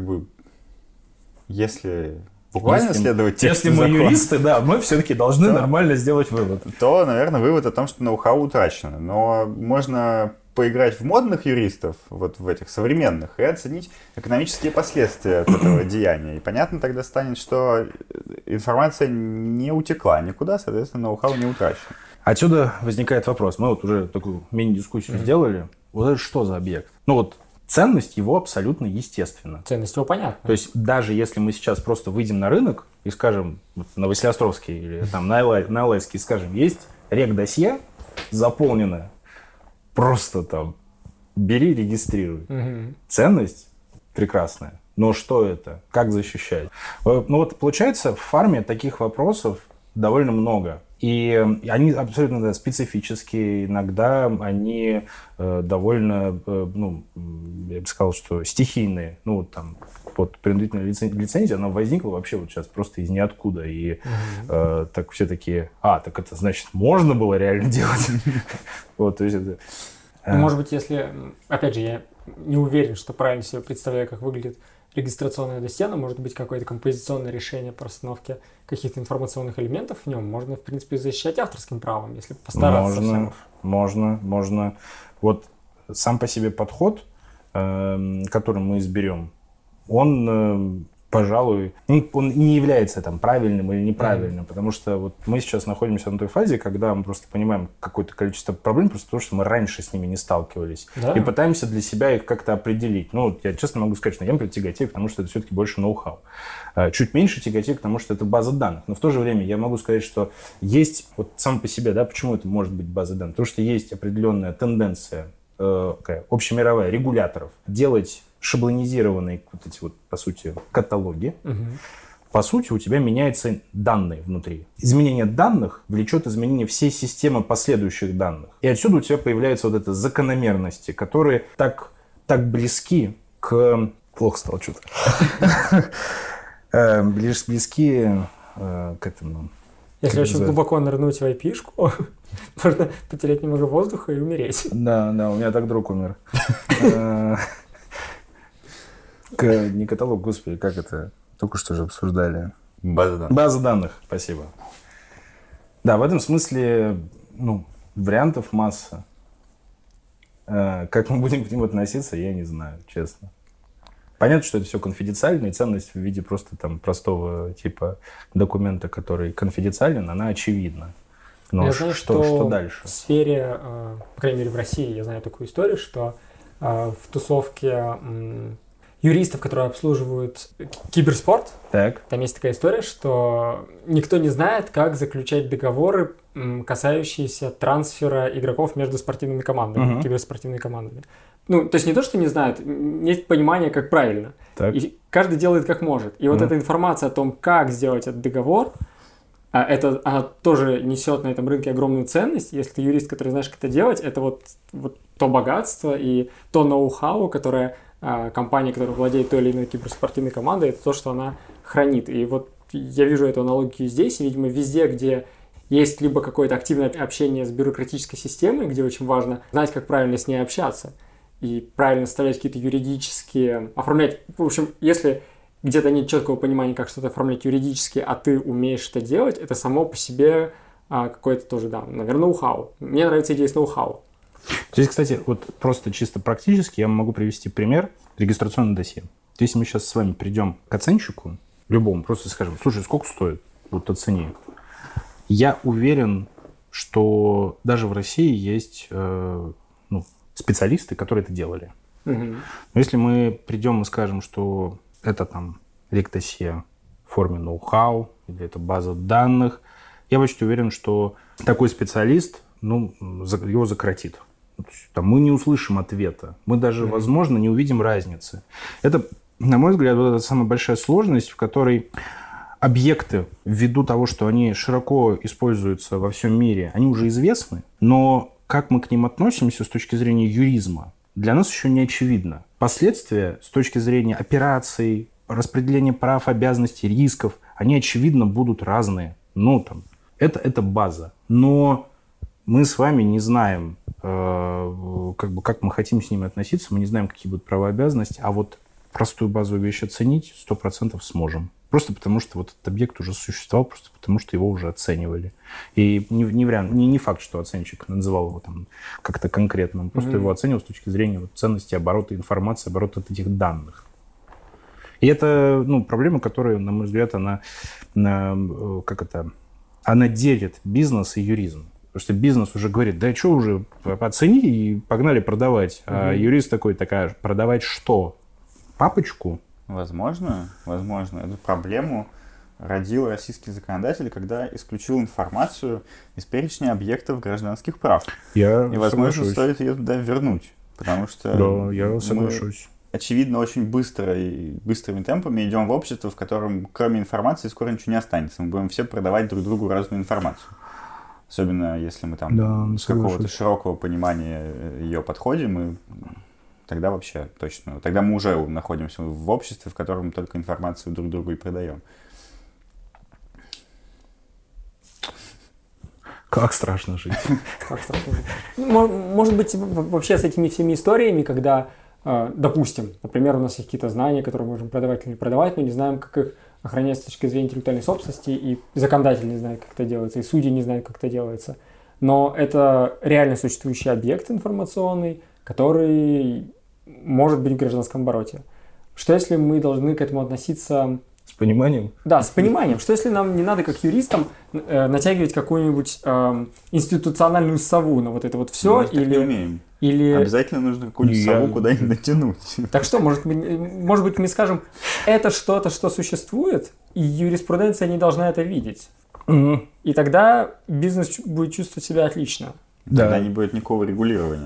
если буквально следовать тексту закона... Если мы юристы, да, мы все-таки должны нормально сделать вывод. То, наверное, вывод о том, что ноу-хау утрачено. Но можно поиграть в модных юристов, вот в этих современных, и оценить экономические последствия от этого деяния. И понятно тогда станет, что информация не утекла никуда, соответственно, ноу-хау не утрачен. Отсюда возникает вопрос. Мы уже такую мини-дискуссию сделали. Вот это что за объект? Ценность его абсолютно естественна. Ценность его понятна. То есть даже если мы сейчас просто выйдем на рынок и скажем, на Василиостровский или там на Алайский, скажем, есть рeg-досье заполненное, просто там бери, регистрируй. Ценность прекрасная. Но что это? Как защищать? Получается, в фарме таких вопросов довольно много. И они абсолютно специфические. Иногда они довольно, я бы сказал, что стихийные. Принудительная лицензия, она возникла вообще вот сейчас просто из ниоткуда. И так все такие, так это значит, можно было реально делать? То есть это... Может быть, если, опять же, я не уверен, что правильно себе представляю, как выглядит регистрационное досье, но может быть какое-то композиционное решение по расстановке каких-то информационных элементов в нем. Можно, в принципе, защищать авторским правом, если постараться. Можно. Вот сам по себе подход, который мы изберем, он, пожалуй, он не является правильным или неправильным, потому что вот мы сейчас находимся на той фазе, когда мы просто понимаем какое-то количество проблем, просто потому что мы раньше с ними не сталкивались, и пытаемся для себя их как-то определить. Я честно могу сказать, что я, например, тяготею, потому что это все-таки больше ноу-хау. Чуть меньше тяготею, потому что это база данных. Но в то же время я могу сказать, что есть, сам по себе, почему это может быть база данных? Потому что есть определенная тенденция общемировая регуляторов делать шаблонизированные вот эти вот, по сути, каталоги. По сути, у тебя меняются данные внутри. Изменение данных влечет изменение всей системы последующих данных. И отсюда у тебя появляются вот эти закономерности, которые так близки к... Плохо стало что-то. Близки к этому... Если очень глубоко нырнуть в IP-шку, можно потерять немного воздуха и умереть. Да, у меня так друг умер. Не каталог, господи, как это? Только что же обсуждали. База данных. База данных, спасибо. Да, в этом смысле, вариантов масса. Как мы будем к ним относиться, я не знаю, честно. Понятно, что это все конфиденциально, и ценность в виде просто там простого типа документа, который конфиденциален, она очевидна. Но я знаю, что дальше? В сфере, по крайней мере в России, я знаю такую историю, что в тусовке юристов, которые обслуживают киберспорт, там есть такая история, что никто не знает, как заключать договоры, касающиеся трансфера игроков между спортивными командами, киберспортивными командами. То есть не то, что не знают, есть понимание, как правильно. И каждый делает как может. И вот эта информация о том, как сделать этот договор, она тоже несет на этом рынке огромную ценность. Если ты юрист, который знаешь, как это делать, это вот то богатство и то ноу-хау, которое компания, которая владеет той или иной киберспортивной командой, это то, что она хранит. И вот я вижу эту аналогию здесь, и, видимо, везде, где есть либо какое-то активное общение с бюрократической системой, где очень важно знать, как правильно с ней общаться, и правильно составлять какие-то юридические... Оформлять... В общем, если где-то нет четкого понимания, как что-то оформлять юридически, а ты умеешь это делать, это само по себе какое-то тоже, наверное, ноу-хау. Мне нравится идея с ноу-хау. Здесь, кстати, вот просто чисто практически я могу привести пример регистрационного досье. Если мы сейчас с вами придем к оценщику, любому, просто скажем, слушай, сколько стоит? Вот оцени. Я уверен, что даже в России есть... специалисты, которые это делали. Но если мы придем и скажем, что это там регдосье в форме ноу-хау, или это база данных, я почти уверен, что такой специалист, его закоротит. Там мы не услышим ответа. Мы даже, возможно, не увидим разницы. Это, на мой взгляд, вот эта самая большая сложность, в которой объекты, ввиду того, что они широко используются во всем мире, они уже известны, но как мы к ним относимся с точки зрения юризма, для нас еще не очевидно. Последствия с точки зрения операций, распределения прав, обязанностей, рисков, они, очевидно, будут разные. Это база. Но мы с вами не знаем, как мы хотим с ними относиться, мы не знаем, какие будут права и обязанности, а вот простую базовую вещь оценить 100% сможем. Просто потому, что вот этот объект уже существовал, просто потому, что его уже оценивали. И не факт, что оценщик называл его там как-то конкретно. Он просто его оценивал с точки зрения ценности оборота информации, оборота этих данных. И это проблема, которая, на мой взгляд, она делит бизнес и юризм. Потому что бизнес уже говорит, да что уже, оцени и погнали продавать. А юрист такая, продавать что? Папочку? Возможно. Эту проблему родил российский законодатель, когда исключил информацию из перечня объектов гражданских прав. И, возможно, стоит ее туда вернуть. Потому что я соглашусь. Очевидно, очень быстро и быстрыми темпами идем в общество, в котором кроме информации скоро ничего не останется. Мы будем все продавать друг другу разную информацию. Особенно если мы там с какого-то широкого понимания ее подходим, тогда вообще точно. Тогда мы уже находимся в обществе, в котором только информацию друг другу и продаем. Как страшно жить. Может быть, вообще с этими всеми историями, когда, допустим, например, у нас есть какие-то знания, которые мы можем продавать или не продавать, но не знаем, как их охранять с точки зрения интеллектуальной собственности, и законодатель не знает, как это делается, и судьи не знают, как это делается. Но это реально существующий объект информационный, который может быть в гражданском обороте. Что если мы должны к этому относиться... С пониманием? Да, с пониманием. Что если нам не надо, как юристам, натягивать какую-нибудь институциональную сову на вот это вот все? Мы так не умеем. Обязательно нужно какую-нибудь сову куда-нибудь натянуть. Так что, может быть, мы скажем, это что-то, что существует, и юриспруденция не должна это видеть. И тогда бизнес будет чувствовать себя отлично. Тогда не будет никакого регулирования.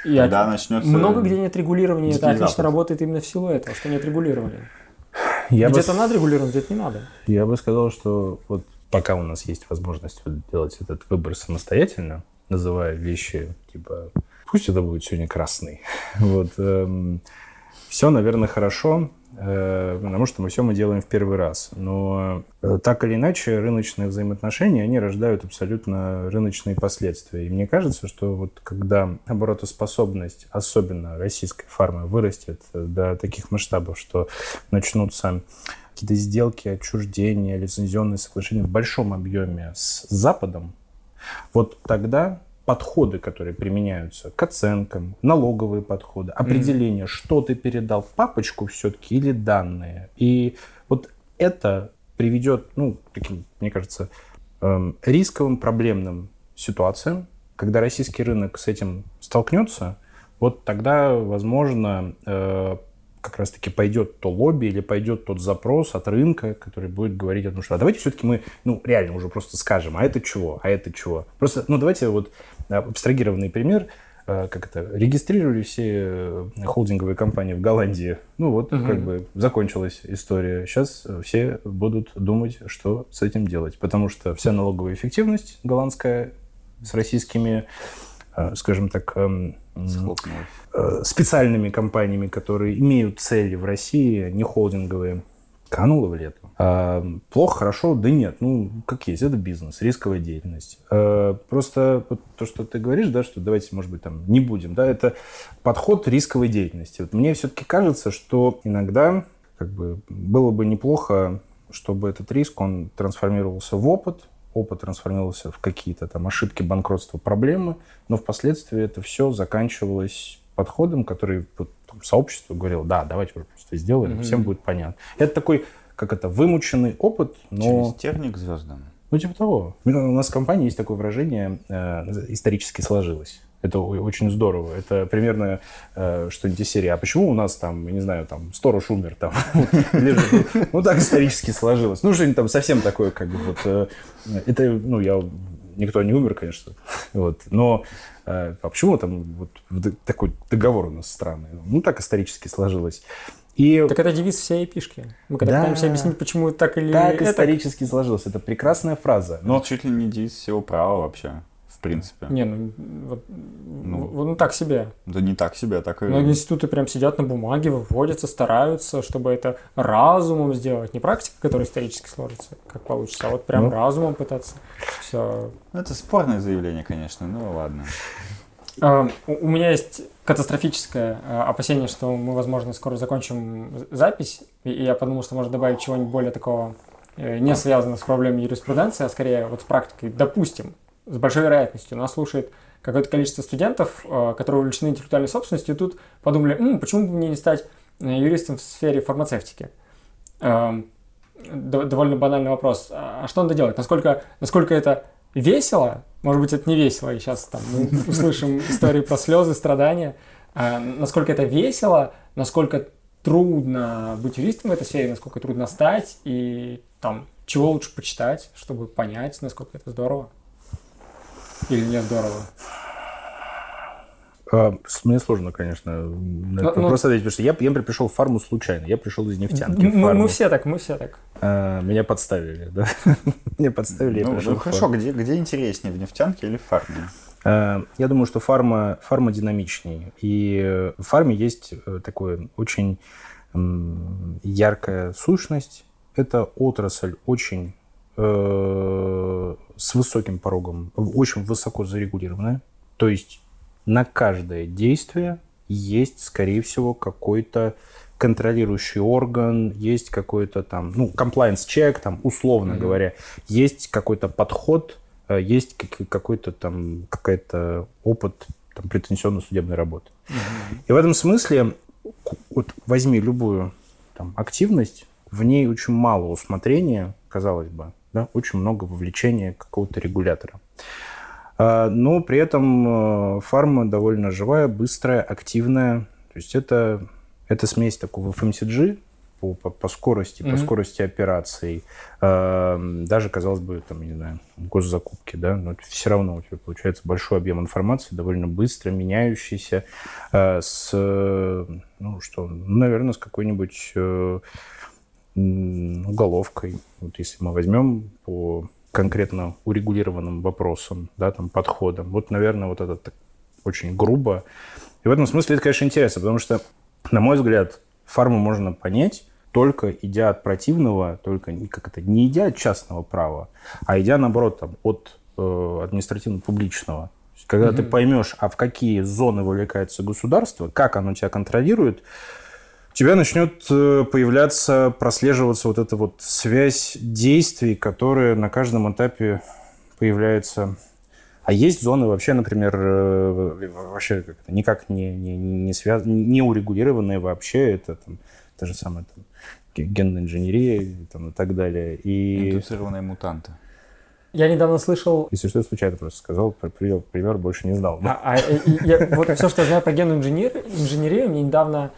Когда начнется... Много где нет регулирования, это отлично Запад. работает именно в силу этого, что нет регулирования. Я Где-то надо регулировать, где-то не надо. Я бы сказал, что вот пока у нас есть возможность делать этот выбор самостоятельно, называя вещи типа «пусть это будет сегодня красный», вот, все, наверное, хорошо, потому что мы все делаем в первый раз. Но так или иначе рыночные взаимоотношения, они рождают абсолютно рыночные последствия. И мне кажется, что вот когда оборотоспособность, особенно российской фармы, вырастет до таких масштабов, что начнутся какие-то сделки, отчуждения, лицензионные соглашения в большом объеме с Западом, вот тогда подходы, которые применяются к оценкам, налоговые подходы, определение, что ты передал, папочку все-таки или данные. И вот это приведет, таким, мне кажется, рисковым, проблемным ситуациям. Когда российский рынок с этим столкнется, вот тогда, возможно, как раз-таки пойдет то лобби или пойдет тот запрос от рынка, который будет говорить о том, что давайте все-таки мы, реально уже просто скажем, а это чего, а это чего. Просто, давайте вот абстрагированный пример, регистрировали все холдинговые компании в Голландии. Как бы закончилась история. Сейчас все будут думать, что с этим делать, потому что вся налоговая эффективность голландская с российскими, скажем так, специальными компаниями, которые имеют цели в России, не холдинговые, канула в лету. Плохо, хорошо, да нет. Как есть, это бизнес, рисковая деятельность. Просто вот то, что ты говоришь, да, что давайте, может быть, там не будем, да, это подход рисковой деятельности. Вот мне все-таки кажется, что иногда было бы неплохо, чтобы этот риск, он трансформировался в опыт трансформировался в какие-то там ошибки, банкротства, проблемы, но впоследствии это все заканчивалось подходом, который сообщество говорило, да, давайте уже просто сделаем, всем будет понятно. Это такой, вымученный опыт, но... Через терник к звездам. Типа того. У нас в компании есть такое выражение «исторически сложилось». Это очень здорово. Это примерно что-нибудь из серии. А почему у нас там, я не знаю, там сторож умер там? Так исторически сложилось. Что-нибудь там совсем такое, это, никто не умер, конечно. Но а почему там такой договор у нас странный? Так исторически сложилось. Так это девиз всей эпишки. Мы когда пытаемся объяснить, почему так или так исторически сложилось. Это прекрасная фраза. Но чуть ли не девиз всего права вообще. В принципе. Так себе. Да не так себе, так и... Но институты прям сидят на бумаге, выводятся, стараются, чтобы это разумом сделать. Не практика, которая исторически сложится, как получится, а вот прям разумом пытаться все. Это спорное заявление, конечно, ладно. У меня есть катастрофическое опасение, что мы, возможно, скоро закончим запись, и я подумал, что можно добавить чего-нибудь более такого, не связанного с проблемой юриспруденции, а скорее с практикой. Допустим, с большой вероятностью нас слушает какое-то количество студентов, которые увлечены интеллектуальной собственностью, и тут подумали, почему бы мне не стать юристом в сфере фармацевтики? Довольно банальный вопрос. А что надо делать? Насколько это весело? Может быть, это не весело, и сейчас мы услышим истории про слезы, страдания. Насколько это весело, насколько трудно быть юристом в этой сфере, насколько трудно стать, и чего лучше почитать, чтобы понять, насколько это здорово. Или не здорово? Мне сложно, конечно, на этот вопрос ответить, потому что я пришел в фарму случайно. Я пришел из нефтянки в фарму. Мы все так. Меня подставили, да? Меня подставили, я пришел в фарму. Хорошо, где интереснее, в нефтянке или в фарме? Я думаю, что фарма динамичнее. И в фарме есть такая очень яркая сущность. Это отрасль очень с высоким порогом, очень высоко зарегулированная. То есть на каждое действие есть, скорее всего, какой-то контролирующий орган, есть какой-то compliance check, условно говоря, есть какой-то подход, есть какой-то какой-то опыт претензионно-судебной работы. И в этом смысле возьми любую активность, в ней очень мало усмотрения, казалось бы, да, очень много вовлечения какого-то регулятора. Но при этом фарма довольно живая, быстрая, активная. То есть это смесь такого FMCG по скорости, по скорости операций, даже, казалось бы, там, не знаю, госзакупки, да, но все равно у тебя получается большой объем информации, довольно быстро меняющийся, наверное, с какой-нибудь уголовкой. Вот если мы возьмем по конкретно урегулированным вопросам, да, там, подходам, вот, наверное, вот это так очень грубо. И в этом смысле это, конечно, интересно, потому что, на мой взгляд, фарму можно понять, только идя от противного, только не идя от частного права, а идя, наоборот, там, от административно-публичного. Когда ты поймешь, а в какие зоны вовлекается государство, как оно тебя контролирует, у тебя начнет появляться, прослеживаться вот эта вот связь действий, которая на каждом этапе появляется. А есть зоны вообще, например, вообще никак не связаны, не урегулированные вообще. Это там, та же самая там, генная инженерия там, и так далее. И... Индуцированные мутанты. Я недавно слышал... Если что, случайно просто сказал, привел пример, больше не знал. Вот все, что я знаю про генную инженерию, мне недавно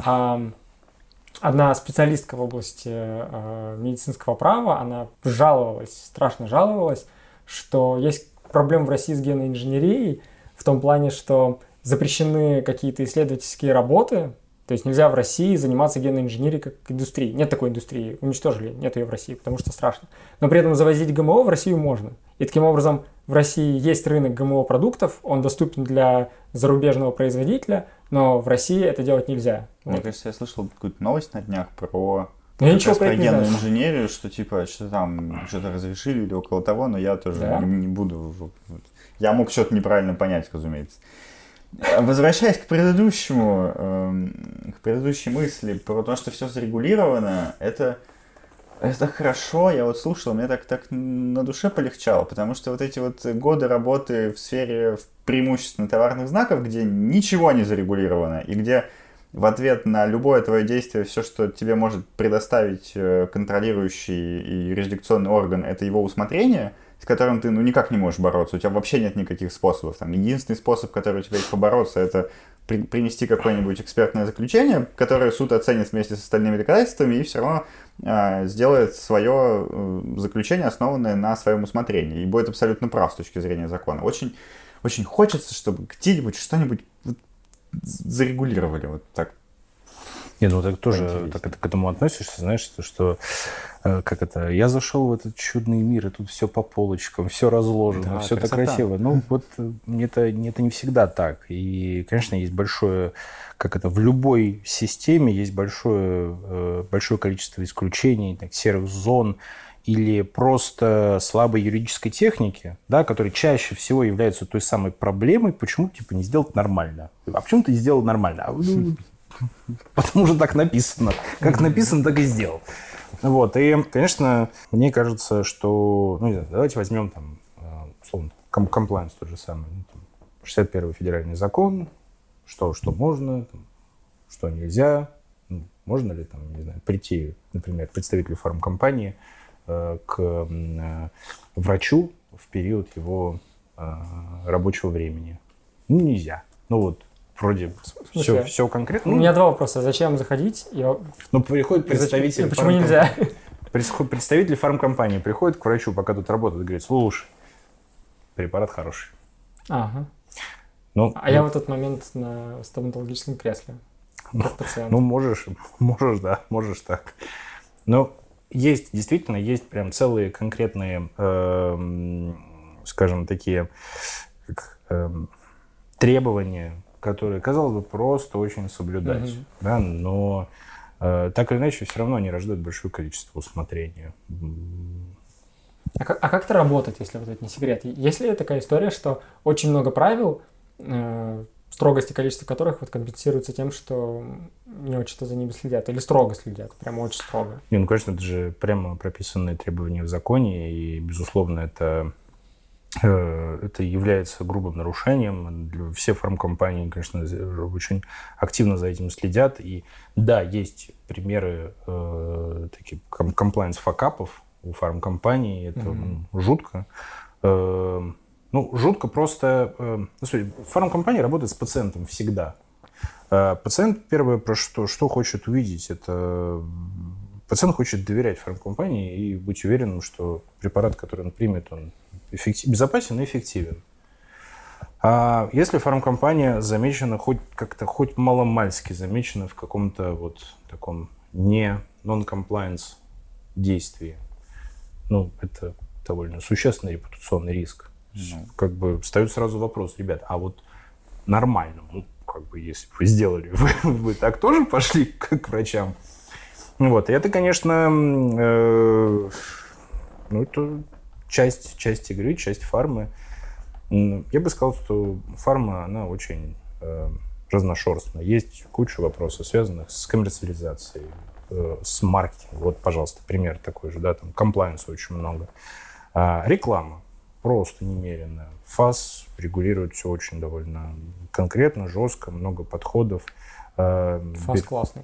одна специалистка в области медицинского права, она страшно жаловалась, что есть проблемы в России с генной инженерией в том плане, что запрещены какие-то исследовательские работы, то есть нельзя в России заниматься генной инженерией как индустрией. Нет такой индустрии, уничтожили, нет ее в России, потому что страшно. Но при этом завозить ГМО в Россию можно. И таким образом в России есть рынок ГМО-продуктов, он доступен для зарубежного производителя, но в России это делать нельзя. Мне кажется, я слышал какую-то новость на днях про генную инженерию, что типа что-то разрешили или около того, но я тоже не буду. Я мог что-то неправильно понять, разумеется. Возвращаясь к предыдущей мысли про то, что все зарегулировано, это хорошо. Я вот слушал, мне так на душе полегчало, потому что вот эти вот годы работы в сфере преимущественно товарных знаков, где ничего не зарегулировано, и где в ответ на любое твое действие все, что тебе может предоставить контролирующий и юрисдикционный орган, это его усмотрение, с которым ты никак не можешь бороться. У тебя вообще нет никаких способов. Там, единственный способ, который у тебя есть побороться, это принести какое-нибудь экспертное заключение, которое суд оценит вместе с остальными доказательствами и все равно сделает свое заключение, основанное на своем усмотрении. И будет абсолютно прав с точки зрения закона. Очень, очень хочется, чтобы где-нибудь что-нибудь зарегулировали вот так. Не, ну так тоже так к этому относишься, знаешь, что я зашел в этот чудный мир, и тут все по полочкам, все разложено, все так красиво. Ну вот это не всегда так. И, конечно, есть большое, в любой системе есть большое количество исключений, так, серых зон или просто слабой юридической техники, да, которая чаще всего является той самой проблемой, почему не сделать нормально. А почему ты не сделал нормально? Потому что так написано. Как написано, так и сделал. Вот. И, конечно, мне кажется, что... давайте возьмем, условно, комплайнс тот же самый. 61-й федеральный закон. Что можно, что нельзя. Можно ли, прийти, например, представителю фармкомпании к врачу в период его рабочего времени? Нельзя. Вроде все конкретно. У меня два вопроса. Зачем заходить? Приходит представитель... Почему нельзя? Представитель фармкомпании приходит к врачу, пока тут работает, и говорит: слушай, препарат хороший. Ага. Я в этот момент на стоматологическом кресле. Как пациент. Можешь так. Но действительно есть прям целые конкретные, скажем, такие требования, которые, казалось бы, просто очень соблюдать, да, но так или иначе все равно они рождают большое количество усмотрения. А как это работает, если это не секрет? Есть ли такая история, что очень много правил, строгость и количество которых компенсируется тем, что не очень-то за ними следят, или строго следят, прямо очень строго? Конечно, это же прямо прописанные требования в законе, и, безусловно, это является грубым нарушением. Все фармкомпании, конечно, очень активно за этим следят. И да, есть примеры таких комплайнс-факапов у фармкомпаний. Это жутко. Жутко просто... Фармкомпания работает с пациентом всегда. Пациент первое, про что хочет увидеть, это пациент хочет доверять фармкомпании и быть уверенным, что препарат, который он примет, он безопасен и эффективен. А если фармкомпания замечена хоть маломальски замечена в каком-то вот таком не non-compliance действии, это довольно существенный репутационный риск. Как бы встает сразу вопрос, ребят, а вот нормально, если бы вы сделали, вы так тоже пошли к врачам? Вот, и это, конечно, это часть игры, часть фармы. Я бы сказал, что фарма, она очень разношерстная. Есть куча вопросов, связанных с коммерциализацией, с маркетингом. Вот, пожалуйста, пример такой же, да, там комплайенса очень много. Реклама просто немерено. ФАС регулирует все очень довольно конкретно, жестко, много подходов. ФАС классный.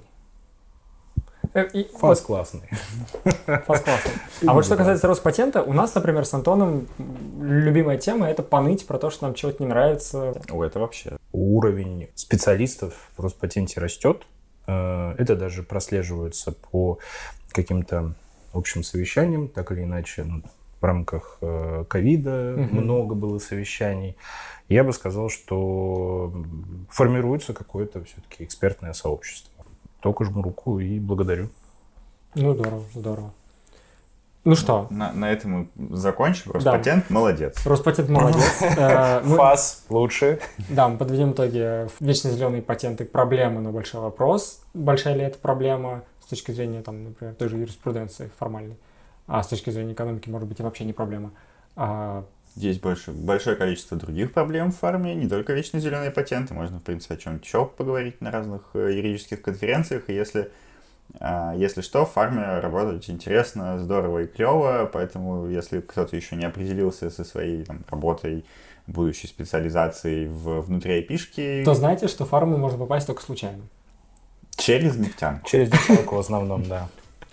ФАС классный. ФАС классный. А вот что касается Роспатента, у нас, например, с Антоном любимая тема — это поныть про то, что нам чего-то не нравится. Это вообще. Уровень специалистов в Роспатенте растет. Это даже прослеживается по каким-то общим совещаниям, так или иначе. В рамках ковида много было совещаний. Я бы сказал, что формируется какое-то все-таки экспертное сообщество. Только жму руку и благодарю. Здорово. Ну что? На этом мы закончим. Роспатент молодец. Роспатент молодец. ФАС лучше. Да, мы подведем итоги. Вечно зеленые патенты — проблема, но большой вопрос. Большая ли это проблема с точки зрения, например, той же юриспруденции формальной? А с точки зрения экономики, может быть, и вообще не проблема. Есть большое количество других проблем в фарме, не только вечно зеленые патенты. Можно, в принципе, о чем-нибудь еще поговорить на разных юридических конференциях. И если что, в фарме работать интересно, здорово и клево. Поэтому, если кто-то еще не определился со своей работой, будущей специализацией внутри IP-шки... То знаете, что в фарму можно попасть только случайно. Через нефтянку. Через нефтянку в основном, да.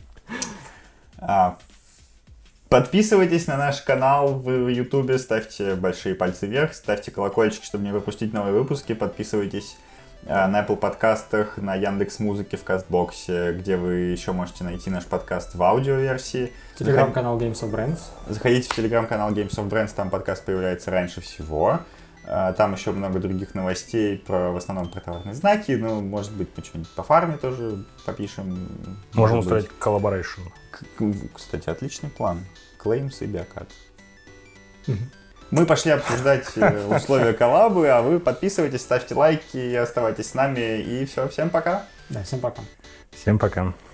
Подписывайтесь на наш канал в YouTube, ставьте большие пальцы вверх, ставьте колокольчик, чтобы не пропустить новые выпуски. Подписывайтесь на Apple подкастах, на Яндекс.Музыке, в Кастбоксе, где вы еще можете найти наш подкаст в аудиоверсии. Телеграм-канал Games of Brands. Заходите в телеграм-канал Games of Brands, там подкаст появляется раньше всего. Там еще много других новостей, в основном про товарные знаки. Может быть, мы что-нибудь по фарме тоже попишем. Можем устроить коллаборейшн. Кстати, отличный план. Claims и биокат. Мы пошли обсуждать условия коллабы, а вы подписывайтесь, ставьте лайки, оставайтесь с нами. И все, всем пока. Да, всем пока. Всем пока.